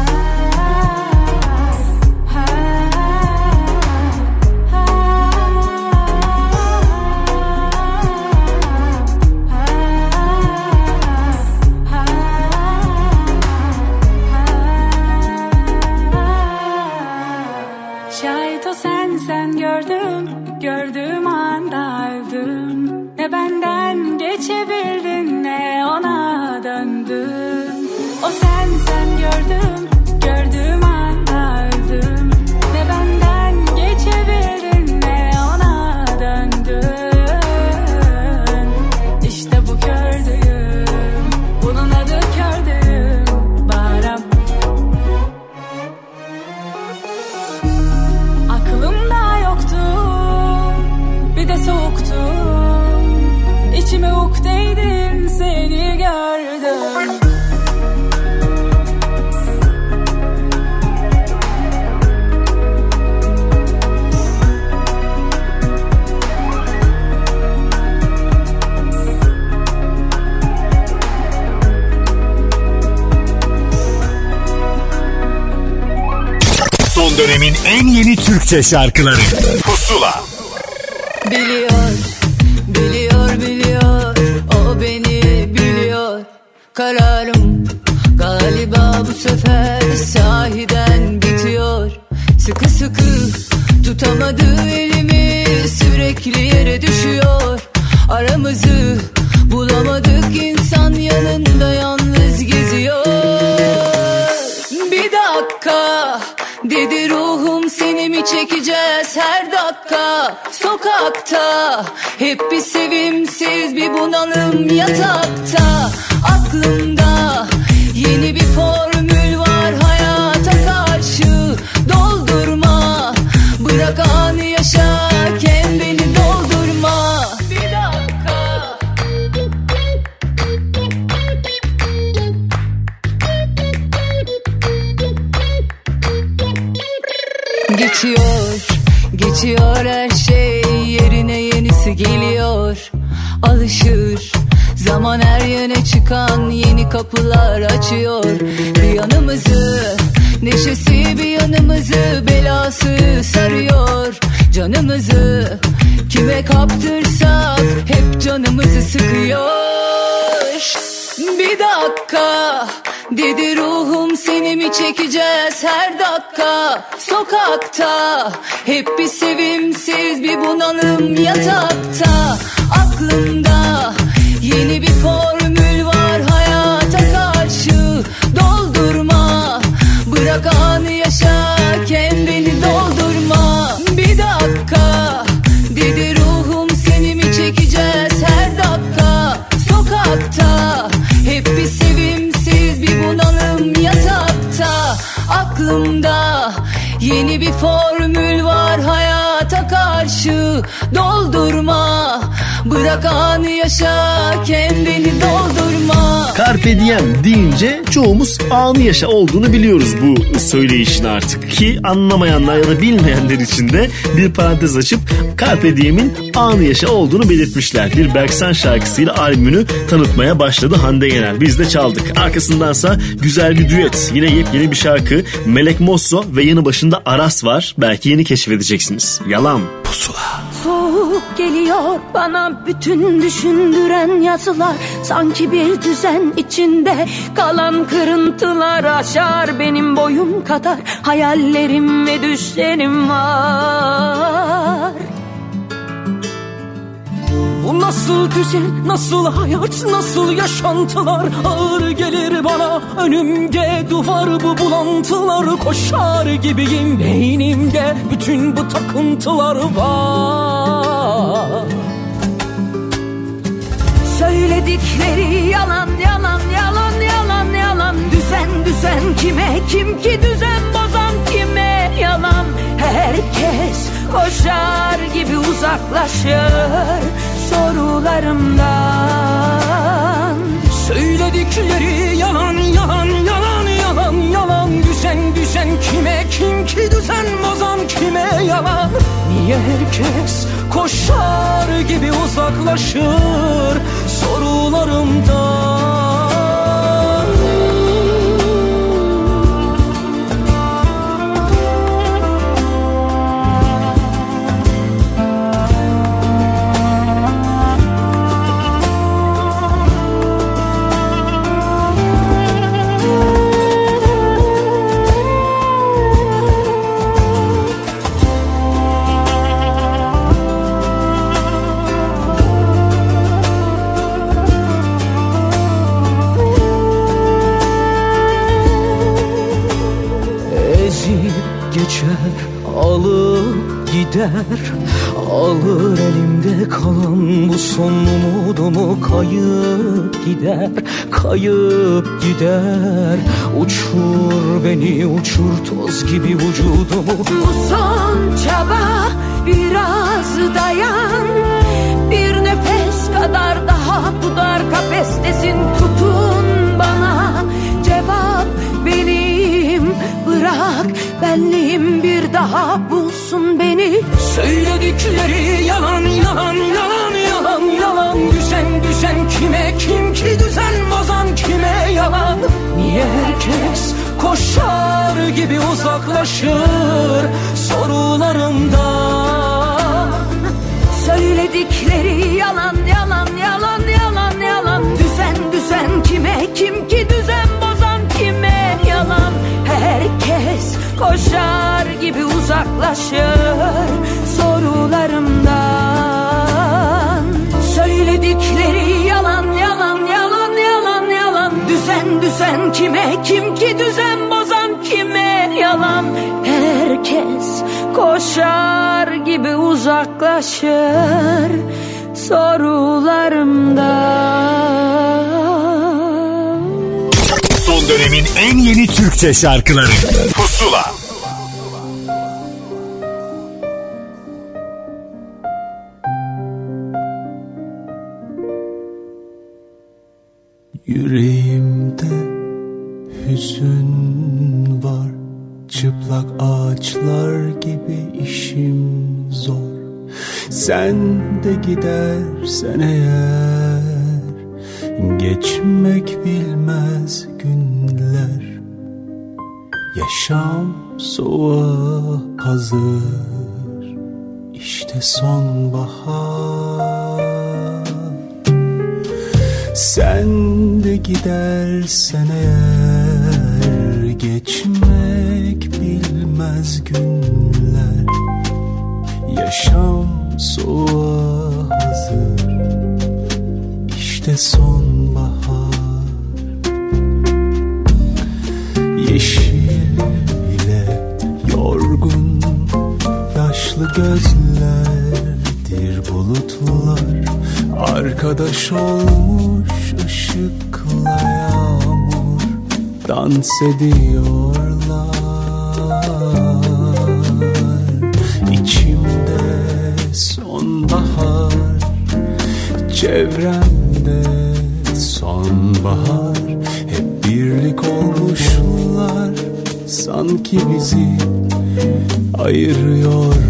Şayet o sen gördüğüm anda öldüm. Ne benden geçebildin ne ona döndün. O sen gördüğüm anda öldüm. Ne benden geçebildin ne ona döndün. İşte bu gördüğüm, bunun adı gördüğüm Baharım. Aklımda yoktun, bir de soğuktun. İçime ukdeydin, seni gördüm. Son dönemin en yeni Türkçe şarkıları Pusula. Biliyor o beni biliyor. Kararım galiba bu sefer sahiden bitiyor. Sıkı tutamadı elimi, sürekli yere düşüyor. Aramızı bulamadık, insan yanında yalnız geziyor. Bir dakika dedi ruhum, seni mi çekeceğiz her dakika? Sokakta hep bir sevimsiz, bir bunalım yatakta. Aklımda yeni bir formül var hayata karşı. Doldurma, bırak anı yaşa, kendini doldurma. Bir dakika. Geçiyor her şey, yerine yenisi geliyor, alışır. Zaman her yöne çıkan yeni kapılar açıyor. Bir yanımızı neşesi, bir yanımızı belası sarıyor. Canımızı kime kaptırsak hep canımızı sıkıyor. Bir dakika dedi ruhum, seni mi çekeceğiz her dakika? Sokakta hep bir sevimsiz, bir bunalım yatakta. Aklımda yeni bir formül var hayata karşı. Doldurma, bırak anı yaşa, kendini doldurma. Bir dakika dedi ruhum, seni mi çekeceğiz her dakika? Sokakta hep bir sevimsiz, bir bunalım yatakta. Aklımda yeni bir formül var hayata karşı. Doldurma, bırak anı yaşa, kendini doldurma. Carpe diem deyince çoğumuz anı yaşa olduğunu biliyoruz bu söyleyişin artık. Ki anlamayanlar ya da bilmeyenler için de bir parantez açıp Carpe diem'in anı yaşa olduğunu belirtmişler. Bir Berksan şarkısıyla albümünü tanıtmaya başladı Hande Yener. Biz de çaldık. Arkasındansa güzel bir düet. Yine yepyeni bir şarkı. Melek Mosso ve yanı başında Aras var. Belki yeni keşfedeceksiniz. Yalan. Pusula. Soğuk geliyor bana bütün düşündüren yazılar. Sanki bir düzen içinde kalan kırıntılar aşar benim boyum kadar. Hayallerim ve düşlerim var. Bu nasıl düzen, nasıl hayat, nasıl yaşantılar? Ağır gelir bana önümde duvar, bu bulantılar. Koşar gibiyim, beynimde bütün bu takıntılar var. Söyledikleri yalan, yalan, yalan, yalan, yalan. Düzen, düzen kime, kim ki düzen bozan kime? Yalan. Herkes koşar gibi uzaklaşır sorularımdan. Söyledikleri yalan, yalan, yalan, yalan, yalan. Düzen, düzen kime, kim ki düzen bozan kime? Yalan. Niye herkes koşar gibi uzaklaşır sorularımdan? Alıp gider, alır elimde kalan bu son umudumu. Kayıp gider, kayıp gider. Uçur beni, uçur toz gibi vücudumu. Bu son çaba, biraz dayan. Bir nefes kadar daha bu dar kafestesin. Tutun bana, cevap benim. Bırak benliğim bir daha bulsun beni. Söyledikleri yalan, yalan, yalan, yalan, yalan. Düzen, düzen kime, kim ki düzen bozan kime? Yalan. Niye herkes koşar gibi uzaklaşır sorularımdan? Söyledikleri yalan, yalan, yalan, yalan, yalan. Düzen, düzen kime, kim ki düzen bozan kime? Yalan. Herkes koşar gibi uzaklaşır sorularımdan. Söyledikleri yalan, yalan, yalan, yalan, yalan. Düzen, düzen kime, kim ki düzen bozan kime? Yalan. Herkes koşar gibi uzaklaşır sorularımdan. Son dönemin en yeni Türkçe şarkıları Pusula. Yüreğimde hüzün var, çıplak ağaçlar gibi işim zor. Sen de gidersen eğer, geçmek bilmez günler. Yaşam soğuğa hazır, işte sonbahar. Sen de gidersen eğer, geçmek bilmez günler. Yaşam soğuğa hazır, işte sonbahar. Yeşil bile yorgun, yaşlı gözlerdir bulutlar. Arkadaş olmuş ışıkla yağmur, dans ediyorlar. İçimde sonbahar, çevremde sonbahar. Hep birlik olmuşlar, sanki bizi ayırıyorlar.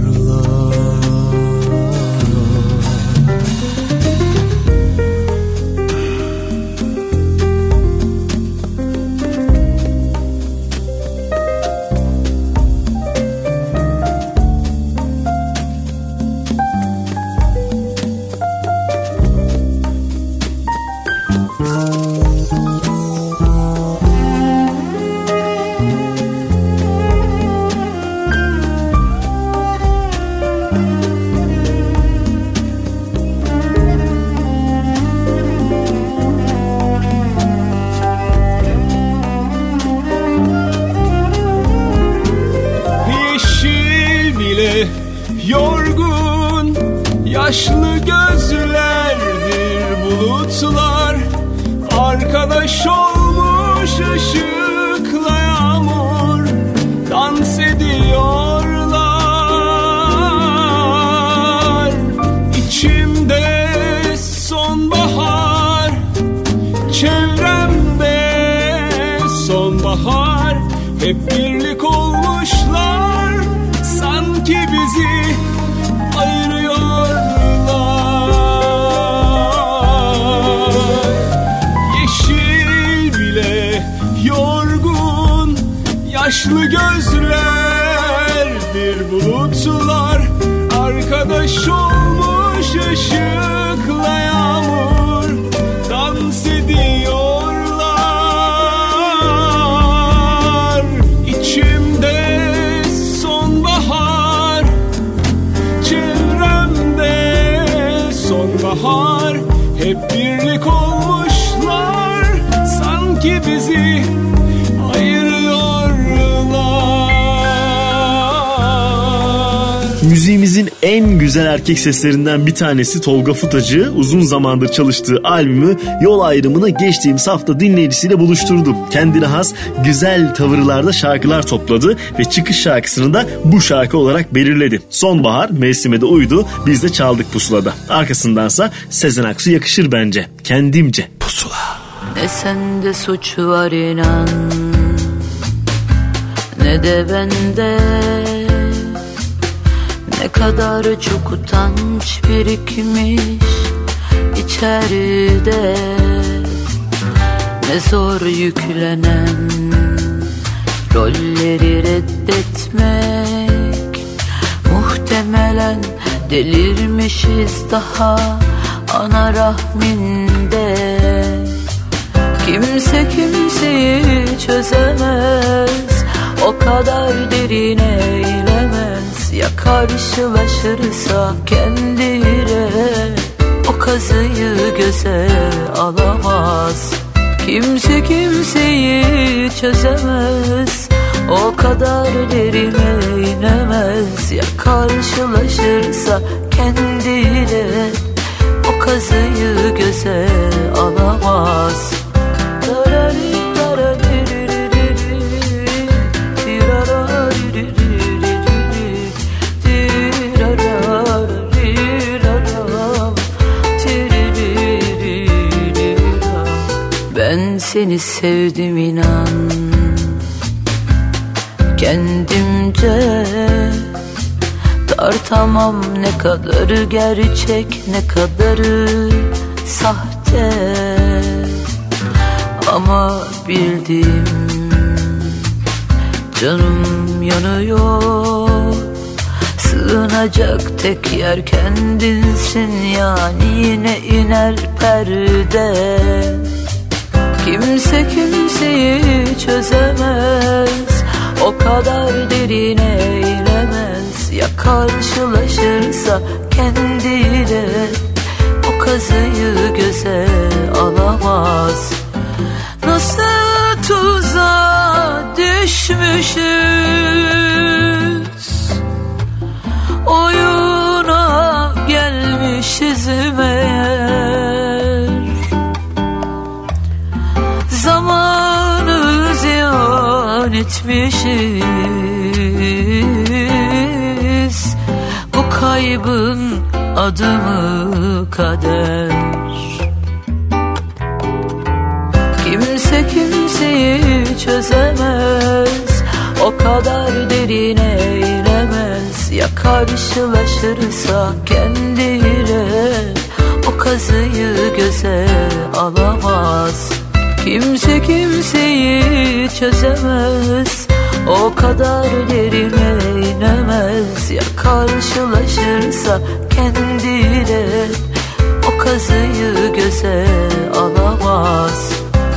Yorgun, yaşlı gözlerdir bulutlar. Arkadaş olmuş ışıkla yağmur, dans ediyorlar. İçimde sonbahar, çevremde sonbahar. Hep birlik olmuşlar, sanki bizi ayırıyorlar. Yeşil bile yorgun, yaşlı gözlerdir bulutlar. Arkadaş olmuş ışıkla yağmur, dans ediyorlar. İçimde sonbahar, çevremde sonbahar. Hep birlik olmuşlar, sanki bizi ayırıyorlar. Müziğimizin en güzel erkek seslerinden bir tanesi Tolga Futacı uzun zamandır çalıştığı albümü Yol Ayrımı'na geçtiğimiz hafta dinleyicisiyle buluşturdu. Kendine has güzel tavırlarda şarkılar topladı ve çıkış şarkısını da bu şarkı olarak belirledi. Sonbahar mevsime de uydu, biz de çaldık Pusula'da. Arkasındansa Sezen Aksu yakışır bence, kendimce. Pusula. Ne sende suç var inan, ne de bende. Ne kadar çok utanç birikmiş içeride. Ne zor yüklenen rolleri reddetmek. Muhtemelen delirmişiz daha ana rahminde. Kimse kimseyi çözemez, o kadar derine inemez. Ya karşılaşırsa kendiyle, o kazıyı göze alamaz. Kimse kimseyi çözemez, o kadar derine inemez. Ya karşılaşırsa kendiyle, o kazıyı göze alamaz. Ben seni sevdim inan, kendimce. Tartamam ne kadarı gerçek, ne kadarı sahte. Ama bildim canım yanıyor. Sığınacak tek yer kendinsin, yani yine iner perde. Kimse kimseyi çözemez, o kadar derine inemez. Ya karşılaşırsa kendiyle, o kazıyı göze alamaz. Nasıl tuzağa düşmüşüz, oyuna gelmişiz meğer. Zamanı ziyan etmişiz, bu kaybın adı mı kader? Kimse kimseyi çözemez, o kadar derine inemez. Ya karşılaşırsa kendiyle, o kazıyı göze alamaz. Kimse kimseyi çözemez, o kadar derine inemez. Ya karşılaşırsa kendiyle, o kazıyı göze alamaz.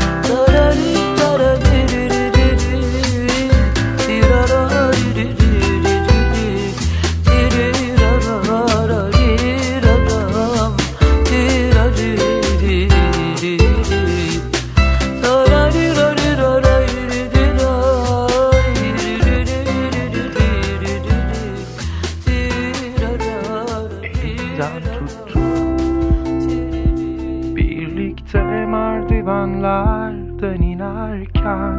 Merdivenlerden inerken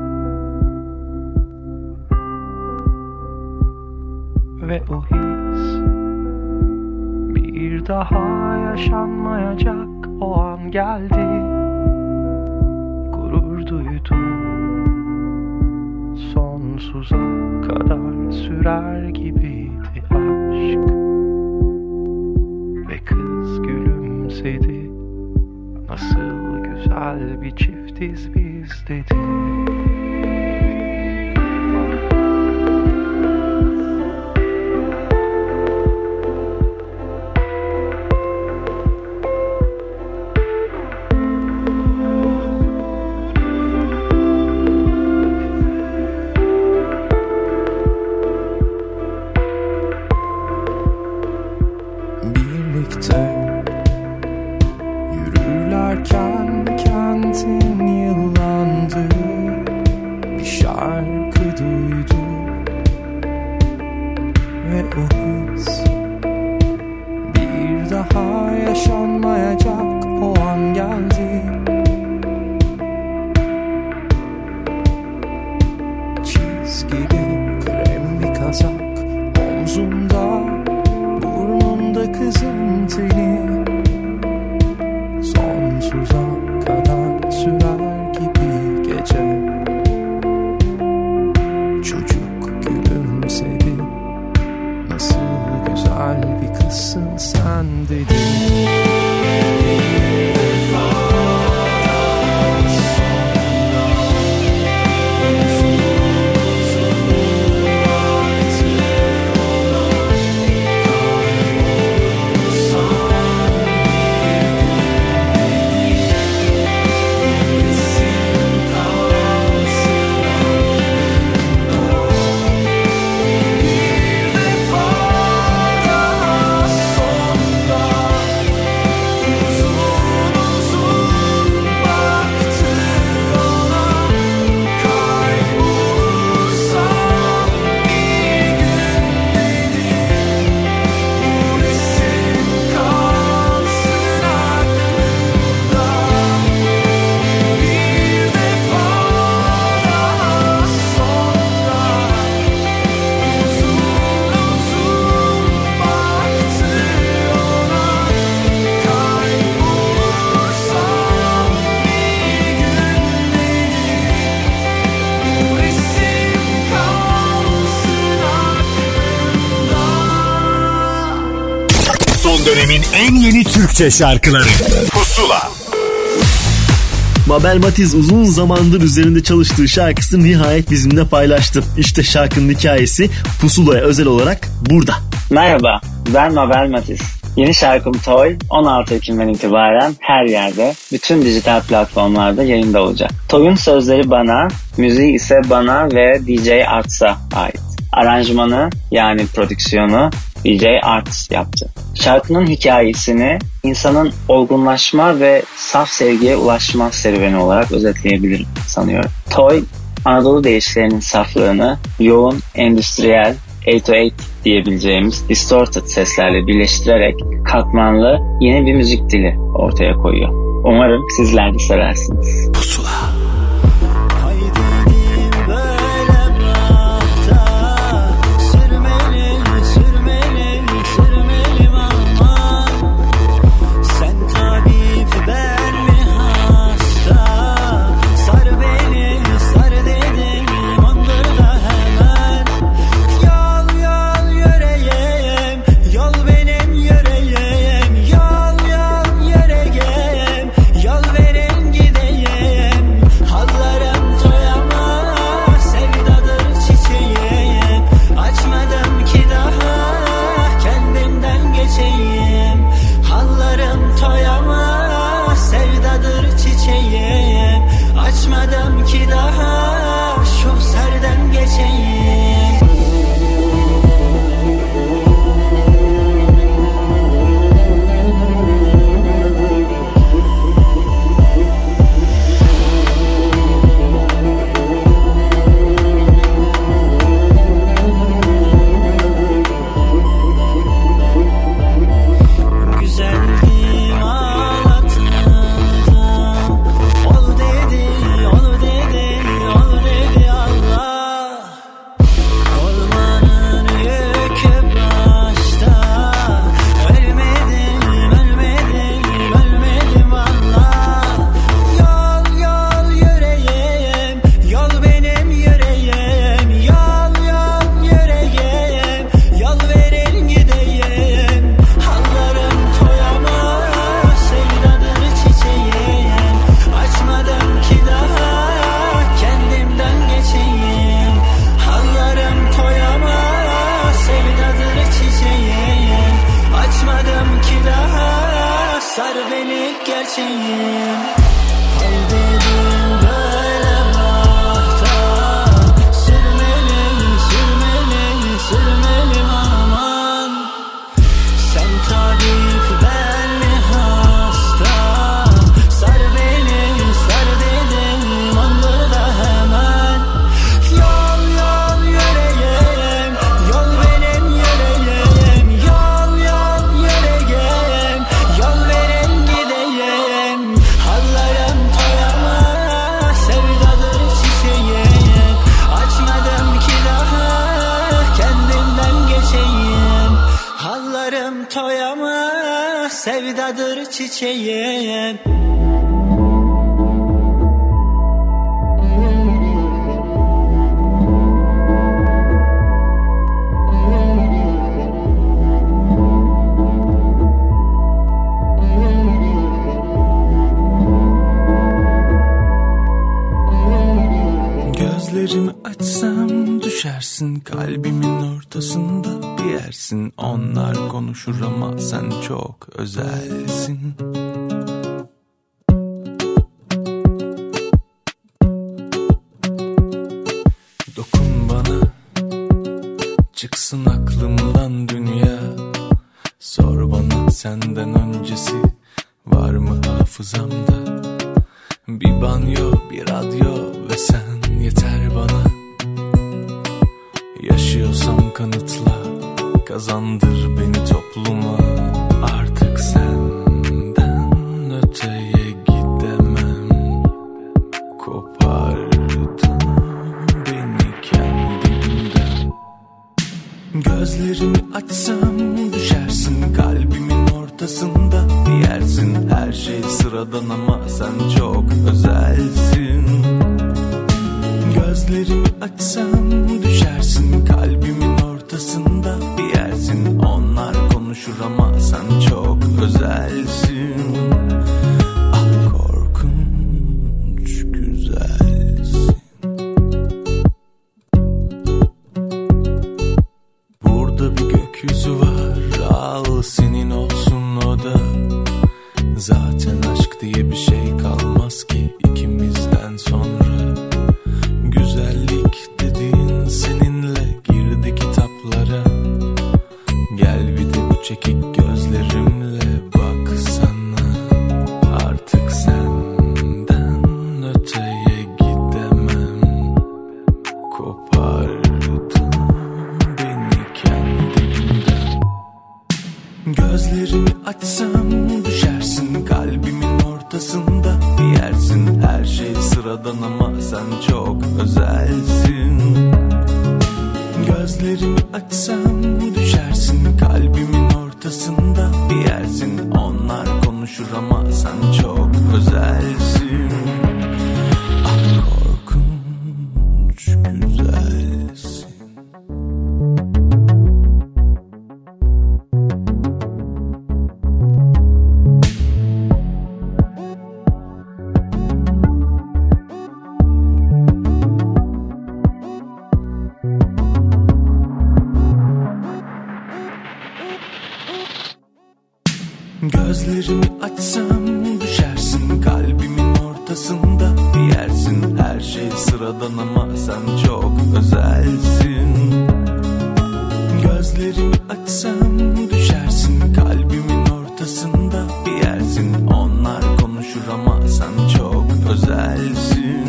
ve o his bir daha yaşanmayacak, o an geldi. Gurur duydum, sonsuza kadar sürer gibiydi aşk. Ve kız gülümsedi, nasıl güzel bir çiftiz biz dedi. Birlikte yürürlerken kentin yıllandı. Türkiye'nin en yeni Türkçe şarkıları Pusula. Mabel Matiz uzun zamandır üzerinde çalıştığı şarkısını nihayet bizimle paylaştı. İşte şarkının hikayesi Pusula'ya özel olarak burada. Merhaba, ben Mabel Matiz. Yeni şarkım Toy 16 Ekim'den itibaren her yerde, bütün dijital platformlarda yayında olacak. Toy'un sözleri bana, müziği ise bana ve DJ Arts'a ait. Aranjmanı yani prodüksiyonu DJ Arts yaptı. Şarkının hikayesini insanın olgunlaşma ve saf sevgiye ulaşma serüveni olarak özetleyebilirim sanıyorum. Toy, Anadolu deyişlerinin saflığını yoğun, endüstriyel, 808 diyebileceğimiz distorted seslerle birleştirerek katmanlı yeni bir müzik dili ortaya koyuyor. Umarım sizler de seversiniz. Pusula. sevdadır çiçeğim. Gözlerimi açsam düşersin, kalbimin ortasında bir yersin. Onlar konuşur ama sen çok özelsin. Dokun bana, çıksın aklımdan dünya. Sor bana senden öncesi var mı hafızamda? Bir banyo, bir radyo ve sen yeter bana. Yaşıyorsam kanıtla, kazandır beni topluma. Artık senden öteye gidemem. Kopardın beni kendimden. Gözlerimi açsam düşersin, kalbimin ortasında bir yersin. Her şey sıradan ama sen çok özelsin. Gözlerimi açsam düşersin, kalbimin ortasında bir yersin. Onlar konuşur ama sen çok özelsin. Ah korkunç güzelsin. Burada bir gökyüzü var, al senin olsun o da. Zaten aşk diye bir şey kalmaz ki ikimizden sonra. Güzellik dediğin seninle girdi kitaplara. Gel bir de bu çekik gözlerimle baksana. Artık senden öteye gidemem. Kopardın beni kendimden. Gözlerimi açsam düşersin kalbimin ortasında bir yersin. Her şey sıradan ama sen çok özelsin. Gözlerimi açsam düşersin kalbimin ortasında bir yersin. Onlar konuşur ama sen çok özelsin. Ah korkunç güzelsin. Gözlerimi açsam düşersin kalbimin ortasında bir yersin. Her şey sıradan ama sen çok özelsin. Gözlerimi açsam düşersin kalbimin ortasında bir yersin. Onlar konuşur ama sen çok özelsin.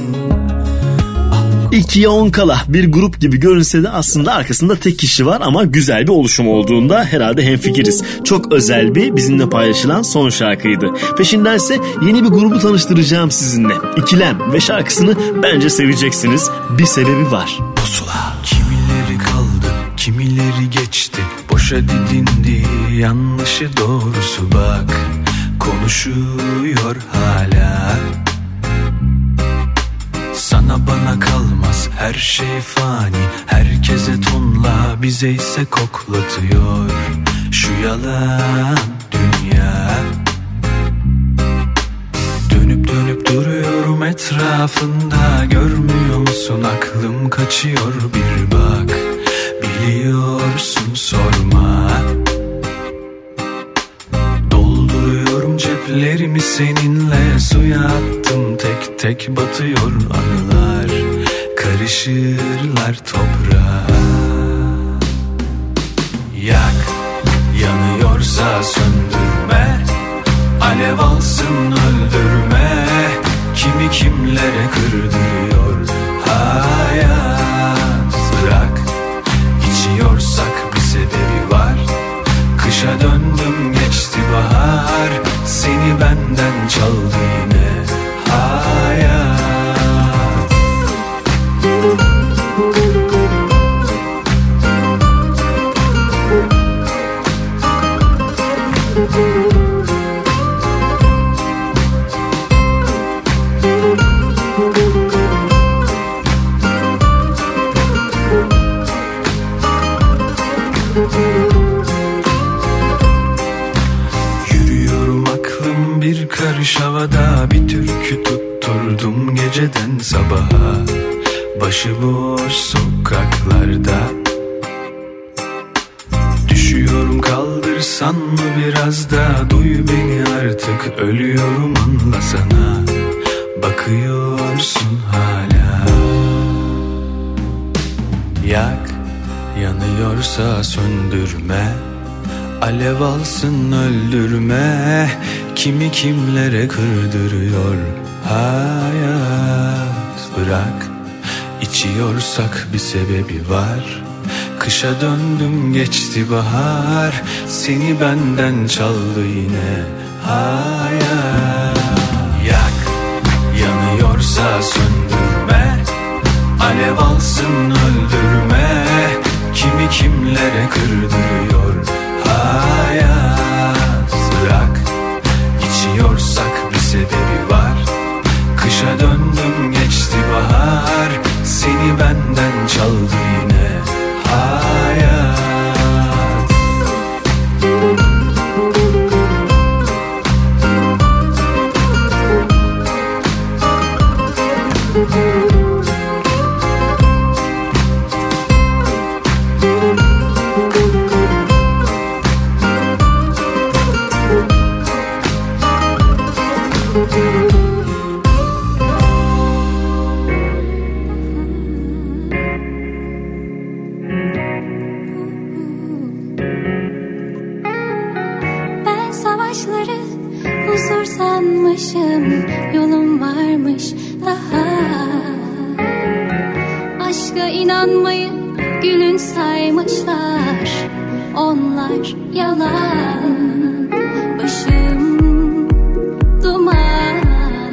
2'ye 10 kala bir grup gibi görünse de aslında arkasında tek kişi var ama güzel bir oluşum olduğunda herhalde hemfikiriz. Çok özel bir bizimle paylaşılan son şarkıydı. Peşindense yeni bir grubu tanıştıracağım sizinle. İkilem ve şarkısını bence seveceksiniz. Bir sebebi var. Pusula. Kimileri kaldı, kimileri geçti. Boşa didindi, yanlışı doğrusu bak. Konuşuyor hala. Sana bana kalmaz her şey fani. Herkese tonla bize ise koklatıyor şu yalan dünya. Dönüp dönüp duruyorum etrafında. Görmüyor musun aklım kaçıyor bir bak. Biliyorsun sorma. Dolduruyorum ceplerimi seninle. Suya attım tek tek batıyor anılar. Karışırlar toprağa. Yak, yanıyorsa söndürme. Alev alsın öldürme. Kimi kimlere kırdırıyor hayat. Bırak, içiyorsak bir sebebi var. Kışa döndüm geçti bahar. Seni benden çaldı yine hayat. Yürüyorum aklım bir karış havada. Bir türkü tutturdum geceden sabaha. Başıboş sokaklarda. Düşüyorum kaldırsan mı biraz da. Duy beni artık ölüyorum anlasana. Bakıyorsun hala. Yak, yanıyorsa söndürme. Alev alsın öldürme. Kimi kimlere kırdırıyor hayat. Bırak, içiyorsak bir sebebi var. Kışa döndüm geçti bahar. Seni benden çaldı yine hayat. Yak, yanıyorsa söndürme. Alev alsın öldürme. Kimi kimlere kırdırıyor hayat. Bırak, içiyorsak bir sebebi var. Kışa döndüm geçti bahar. Seni benden çaldı yine hayat. Ben savaşları huzur sanmışım, yolum varmış daha. Aşka inanmayı gülün saymışlar, onlar yalan. Başım duman,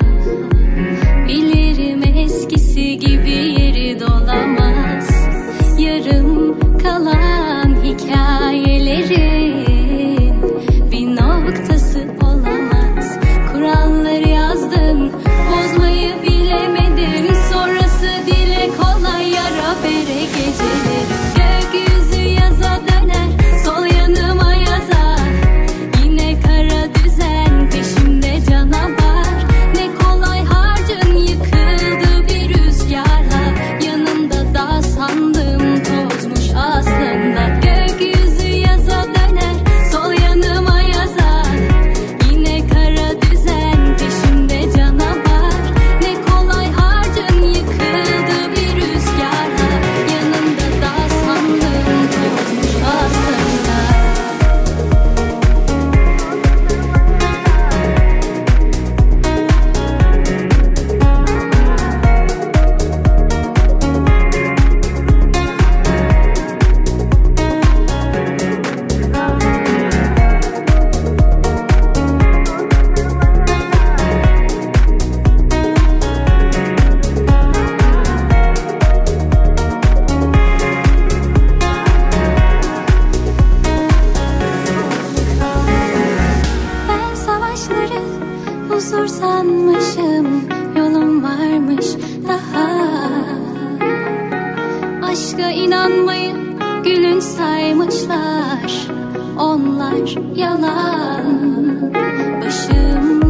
bilirim eskisi gibi yeri dolamaz. Yarım kalan hikayelerin bir noktası olamaz. Kuralları yazdın, bozmayı bilemedin. Sonrası dile kolay, yara bere geceleri. Gökyüzü yaza döner, sol yanıma yazar. Yine kara düzen, peşimde canavar. Ne kolay harcın yıkıldı bir rüzgarla. Yanımda da sandım tozmuş aslında. Gökyüzü yaza döner, sol yanıma yazar. Yine kara düzen, peşimde canavar. Ne kolay harcın yıkıldı bir rüzgarla. Yanımda da sandım tozmuş aslında. Ben savaşları huzur sanmışım, yolum varmış daha. Aşka inanmayı gülün saymışlar, onlar yalan. Başım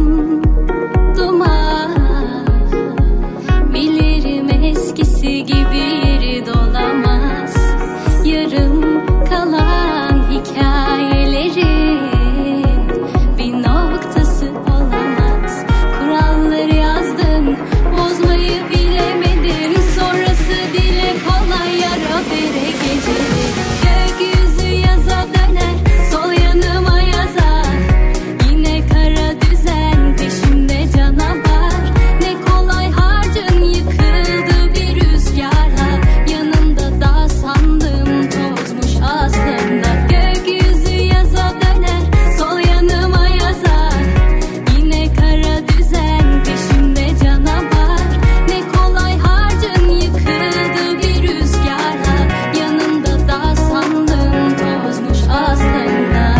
duman, bilirim eskisi gibi yeri dolamaz. Yarım kalan hikayelerin bir noktası olamaz. Kuralları yazdın, bozmayı bilemedin. Sonrası dile kolay, yara bere geceleri. Gökyüzü yaza döner, sol yanıma yazar. Yine kara düzen, peşimde canavar. Ne kolay harcın yıkıldı bir rüzgarla. Yanımda da sandım tozmuş aslında. Gökyüzü yaza döner, sol yanıma yazar. Yine kara düzen, peşimde canavar. Ne kolay harcın yıkıldı bir rüzgarla. Yanımda da sandım tozmuş aslında.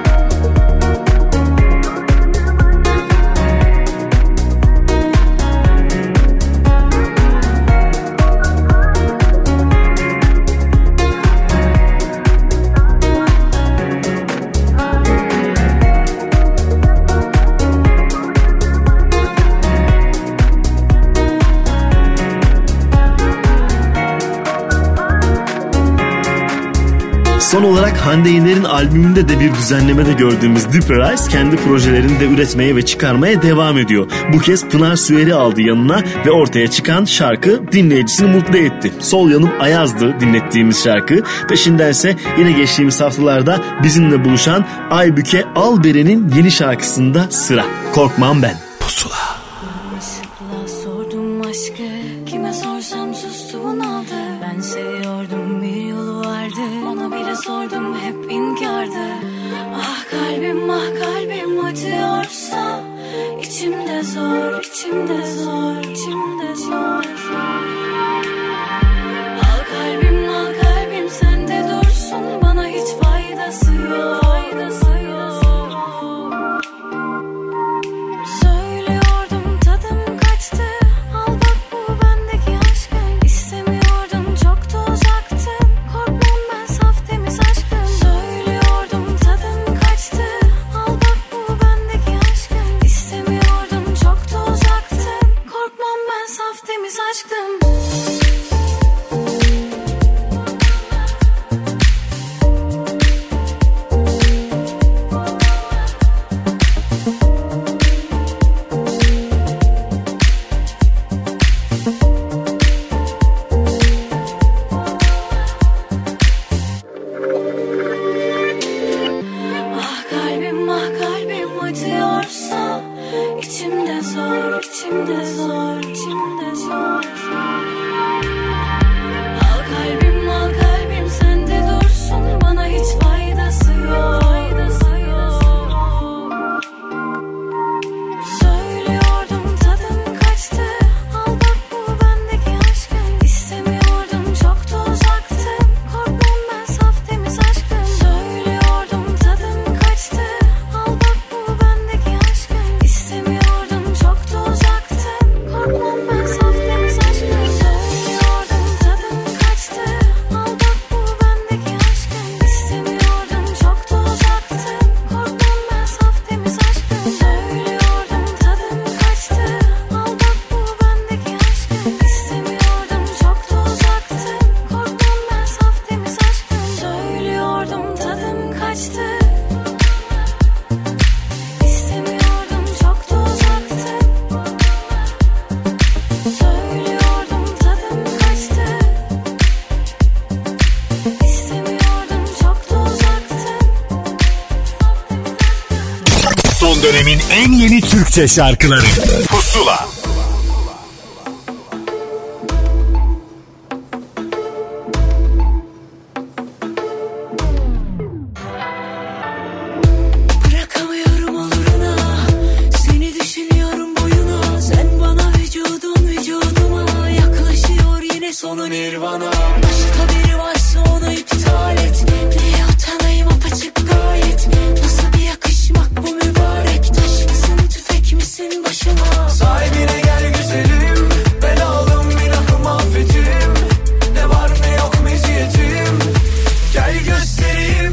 Son olarak Hande Yener'in albümünde de bir düzenlemede gördüğümüz Deeper Eyes kendi projelerini de üretmeye ve çıkarmaya devam ediyor. Bu kez Pınar Süer'i aldı yanına ve ortaya çıkan şarkı dinleyicisini mutlu etti. Sol Yanım Ayaz'dı dinlettiğimiz şarkı. Peşindense yine geçtiğimiz haftalarda bizimle buluşan Aybüke Alberen'in yeni şarkısında sıra. Korkmam Ben. Pusula. Yanlışlıkla sordum aşkı, kime sorsam sustu bunaldı. Ben seviyordum, bir yolu vardı, ona bile sordum hep inkardı. Ah kalbim acıyorsa, içimde zor, içimde zor, içimde zor. Al kalbim sende dursun, bana hiç faydası yok, faydası yok. Söylüyordum tadım kaçtı, al bak bu bendeki aşkın. İstemiyordum, çok da uzaktın, korkmam ben saf temiz aşkın. Söylüyordum tadım kaçtı, al bak bu bendeki aşkın. İstemiyordum, çok da uzaktın, korkmam içimde zor, içimde zor, içimde zor. Al kalbim, al kalbim sende dursun, bana hiç faydası yok. Söylüyordum tadım kaçtı, al bak bu bendeki aşkın. İstemiyordum çok da uzaktım, korkmam ben saf temiz aşkın. Söylüyordum tadım kaçtı, al bak bu bendeki aşkın. İstemiyordum çok da uzaktım, korkmam ben saf temiz aşkın. Söylüyordum tadım kaçtı, al bak bu bendeki aşkın. İstemiyordum çok da uzaktım, korkmam ben saf temiz aşkın. Söylüyordum tadım kaçtı, al bak bu bendeki aşkın. İstemiyordum çok da uzaktım, korkmam ben saf temiz aşkın. Söylüyordum tadım kaçtı, İstemiyordum çok da uzaktım. Söylüyordum tadım kaçtı, İstemiyordum çok da uzaktım. Son dönemin en yeni Türkçe şarkıları Pusula. Bırakamıyorum oluruna, seni düşünüyorum boyuna. Sen bana vücudun vücuduma, yaklaşıyor yine sonu nirvana. Başka biri varsa onu iptal et, neye utanayım apaçık gayet. Nasıl bir yakışmak bu mübarek, taş mısın tüfek misin başıma? Sahibine gel güzelim, ben aldım günahımı affetim. Ne var ne yok meziyetim, gel göstereyim.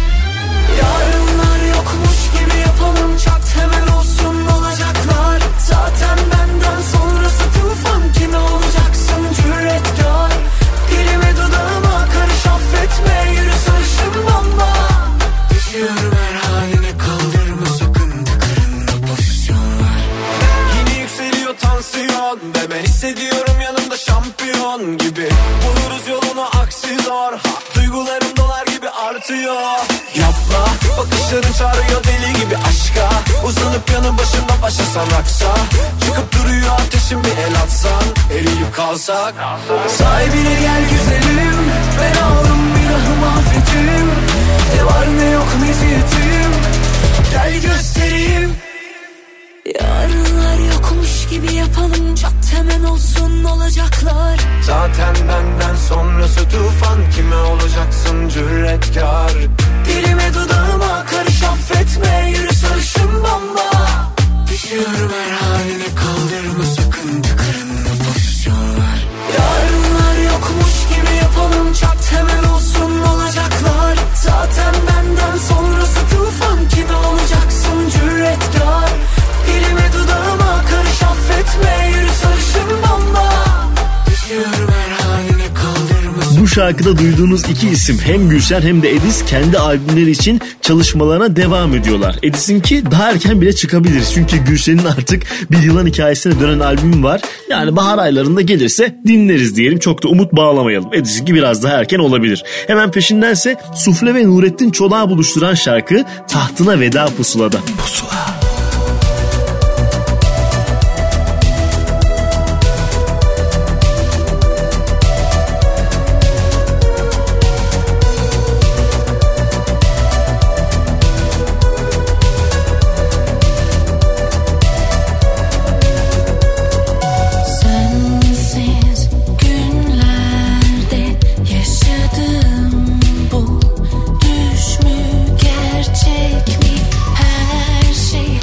Yarınlar yokmuş gibi yapalım, çat hemen olsun olacaklar. Zaten benden sonrası tufan, kime olacaksın cüretkar? Dilime dudağıma karış affetme, yürü sarışın bomba. Düşüyorum her haline, kaldırma sakın, tıkırında pozisyon ver. Yine yükseliyor tansiyon ve ben hissediyorum yanımda şampiyon gibi. Buluruz yolunu aksi zor, duygularım dolar gibi artıyor. Yapma, bakışların çağırıyor deli gibi aşka. Uzanıp yanı başında başlasan aksa. Çıkıp duruyor ateşin, bir el atsan, eriyip kalsak. Sahibine gel güzelim, ben aldım günahımı affetim. Ne var ne yok meziyetim, gel göstereyim. Yarınlar yokmuş gibi yapalım, çat hemen olsun olacaklar. Zaten benden sonrası tufan, kime olacaksın cüretkar? Dilime dudağıma karış affetme, yürü sarışın bomba. Düşüyorum her haline, kaldırma sakın, tıkırında pozisyon ver. Yarınlar yokmuş gibi yapalım, çat hemen olsun olacaklar. Zaten benden sonrası tufan, kime olacaksın cüretkar? Dilime dudağıma karış affetme, yürü sarışın bomba. Düşüyorum her haline, kaldırma. Bu şarkıda duyduğunuz iki isim hem Gülşen hem de Edis kendi albümleri için çalışmalarına devam ediyorlar. Edis'inki daha erken bile çıkabilir. Çünkü Gülşen'in artık bir yılan hikayesine dönen albümü var. Yani bahar aylarında gelirse dinleriz diyelim. Çok da umut bağlamayalım. Edis'inki biraz daha erken olabilir. Hemen peşindense Sufle ve Nurettin Çolak'ı buluşturan şarkı Tahtına Veda Pusula'da. Pusula. Sensiz günlerde yaşadığım bu, düş mü gerçek mi, her şey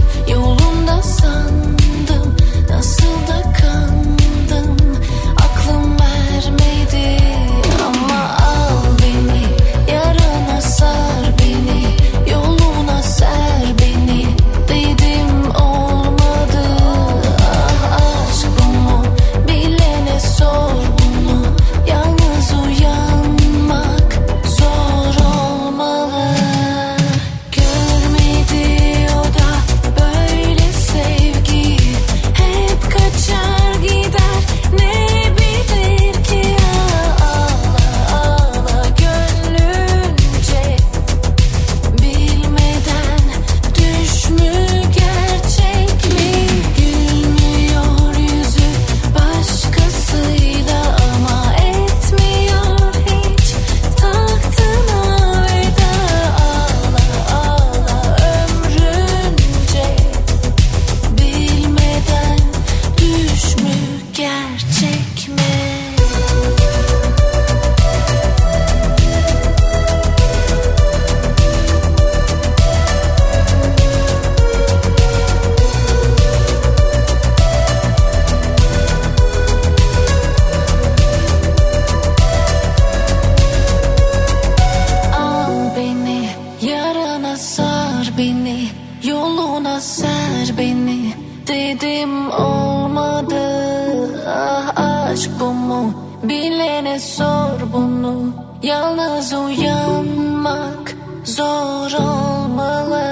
denedim olmadı. Ah aşk bu mu? Bilene sor bunu. Yalnız uyanmak zor olmalı.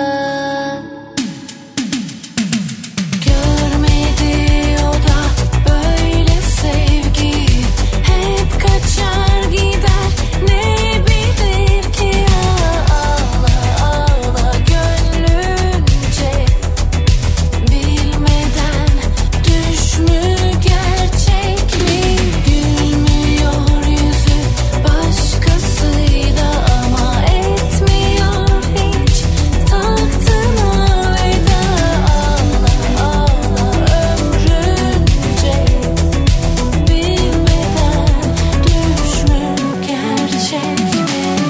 Görmedi o da böyle sevgi. Hep kaçar gider. Ne bilir ki ağla ağla gönlünce. Bilmeden düş mü gerçek mi? Gülmüyor yüzü başkasıyla ama etmiyor hiç taktığına veda. Ağla ağla ömrünce. Bilmeden düş mü gerçek mi?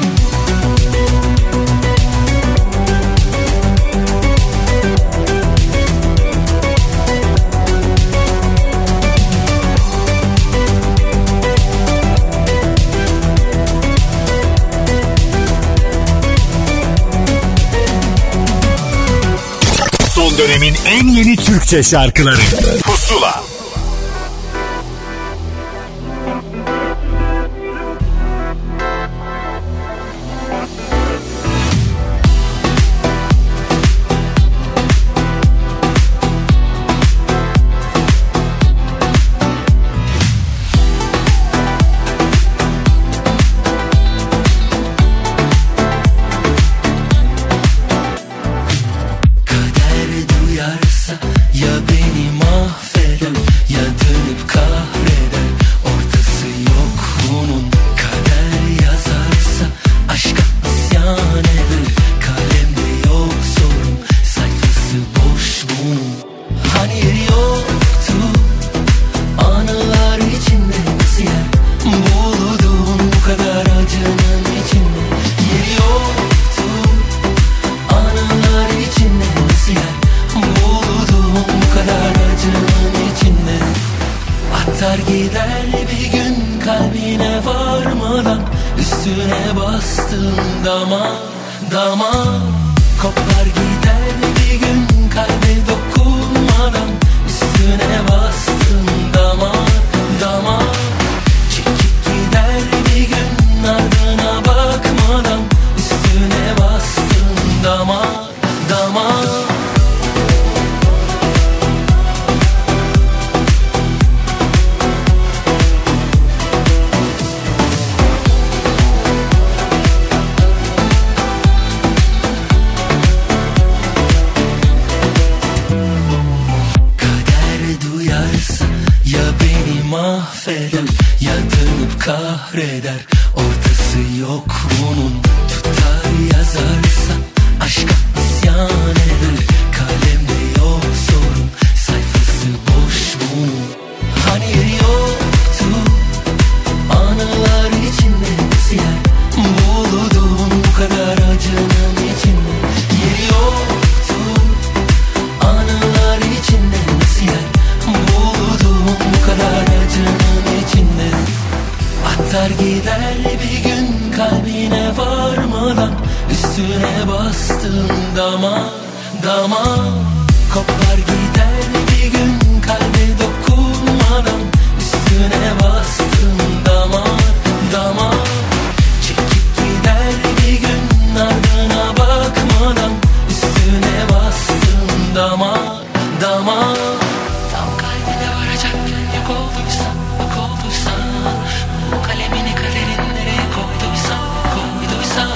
Son dönemin en yeni Türkçe şarkıları Pusula. Kader duyarsa ya beni mahveder ya dönüp kahreder. Ortası yok bunun. Kader yazarsa aşka isyan eder. Kalemde yok sorun, sayfası boş bunun. Hani yeri yoktu anılar içinde, nasıl yer buldun bu kadar acının içinde. Yeri yoktu anılar içinde, nasıl yer buldum bu kadar acının içinde. Atar gider bir gün kalbine varmadan, üstüne bastığın damar damar. Kopar gider bir gün kalbe dokunmadan, üstüne bastığın damar damar. Çekip gider bir gün ardına bakmadan, üstüne bastığın damar damar. Kader duyarsa ya beni mahveder ya dönüp kahreder. Ortası yok bunun. Tutar yazarsa aşka isyan eder. Kalemde yok sorun, sayfası boş bunun. Hani yeri yoktu anılar içinde, nasıl yer buldun bu kadar acının içinde. Yeri yoktu anılar içinde, nasıl yer buldun bu kadar acının içinde. Atar gider bir gün kalbine varmadan, üstüne bastığın damar damar. Kopar gider bir gün kalbe dokunmadan, üstüne bastığın damar damar. Çekip gider bir gün ardına bakmadan, üstüne bastığın damar damar. Tam kalbine varacakken yok olduysan, yok olduysan. Kalemini kaderin nereye koyduysan, koyduysan.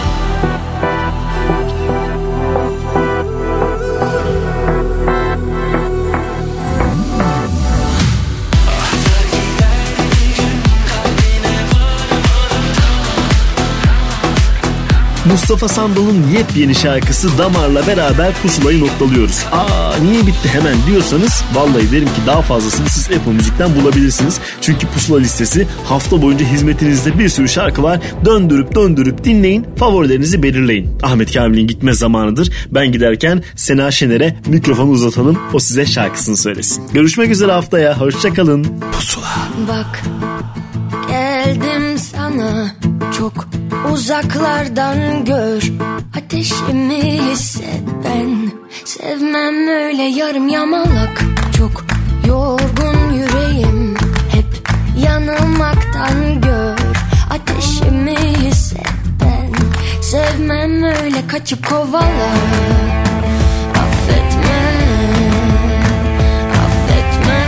Mustafa Sandal'ın yepyeni şarkısı Damar'la beraber Pusula'yı noktalıyoruz. Niye bitti hemen diyorsanız, vallahi derim ki daha fazlasını siz Apple Müzik'ten bulabilirsiniz. Çünkü Pusula listesi hafta boyunca hizmetinizde, bir sürü şarkı var. Döndürüp dinleyin, favorilerinizi belirleyin. Ahmet Kamil'in gitme zamanıdır. Ben giderken Sena Şener'e mikrofonu uzatalım, o size şarkısını söylesin. Görüşmek üzere haftaya, hoşçakalın. Pusula. Bak geldim sana, çok uzaklardan gör. Ateşimi hisset, ben Sevmem öyle yarım yamalak. Çok yorgun yüreğim, hep yanılmaktan gör. Ateşimi hisset ben. Sevmem öyle kaçıp kovala. Affetme, affetme,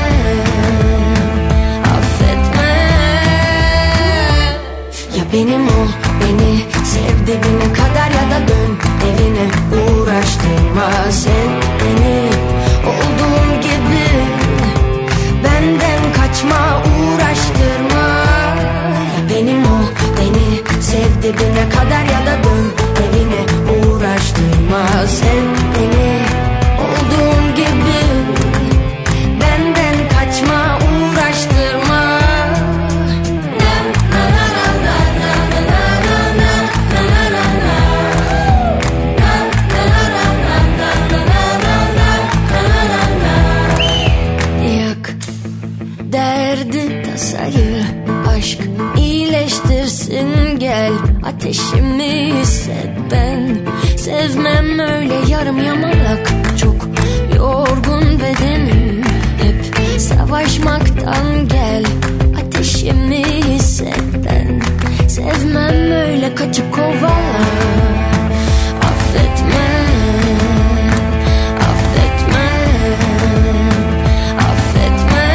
affetme. Ya benim ol, beni sev dibine kadar ya da dön evine. Uğraştırma sen beni olduğum gibi. Benden kaçma, uğraştırma. Ya benim ol, beni sev dibine kadar ya da dön evine. Uğraştırma sen beni olduğum gibi. Benden kaçma, uğraştırma. Derdi tasayı aşk iyileştirsin gel. Ateşimi hisset ben. Sevmem öyle yarım yamalak. Çok yorgun bedenim, hep savaşmaktan gel. Ateşimi hisset ben. Sevmem öyle kaçıp kovala. Affetme, affetme, affetme.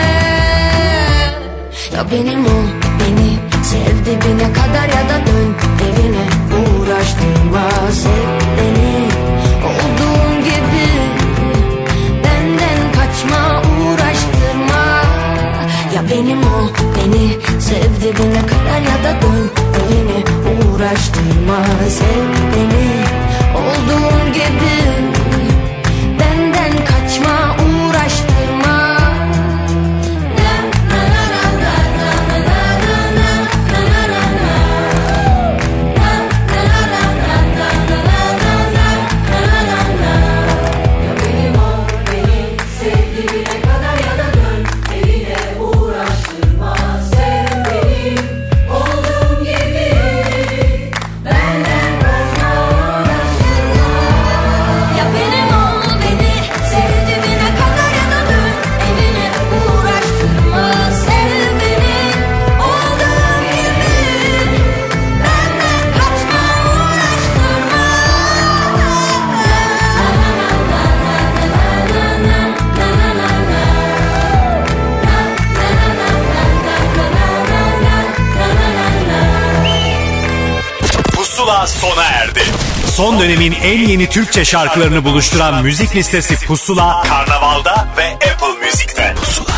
Ya benim ol, beni sev dibine kadar ya da dön evine. Uğraştırma sev beni olduğum gibi. Benden kaçma, uğraştırma. Ya benim ol, beni sev dibine kadar ya da dön evine. Uğraştırma sev beni olduğum gibi. Benden kaçma, uğraştırma. Sona erdi. Son dönemin en yeni Türkçe şarkılarını buluşturan müzik listesi Pusula, Karnaval'da ve Apple Music'te. Pusula.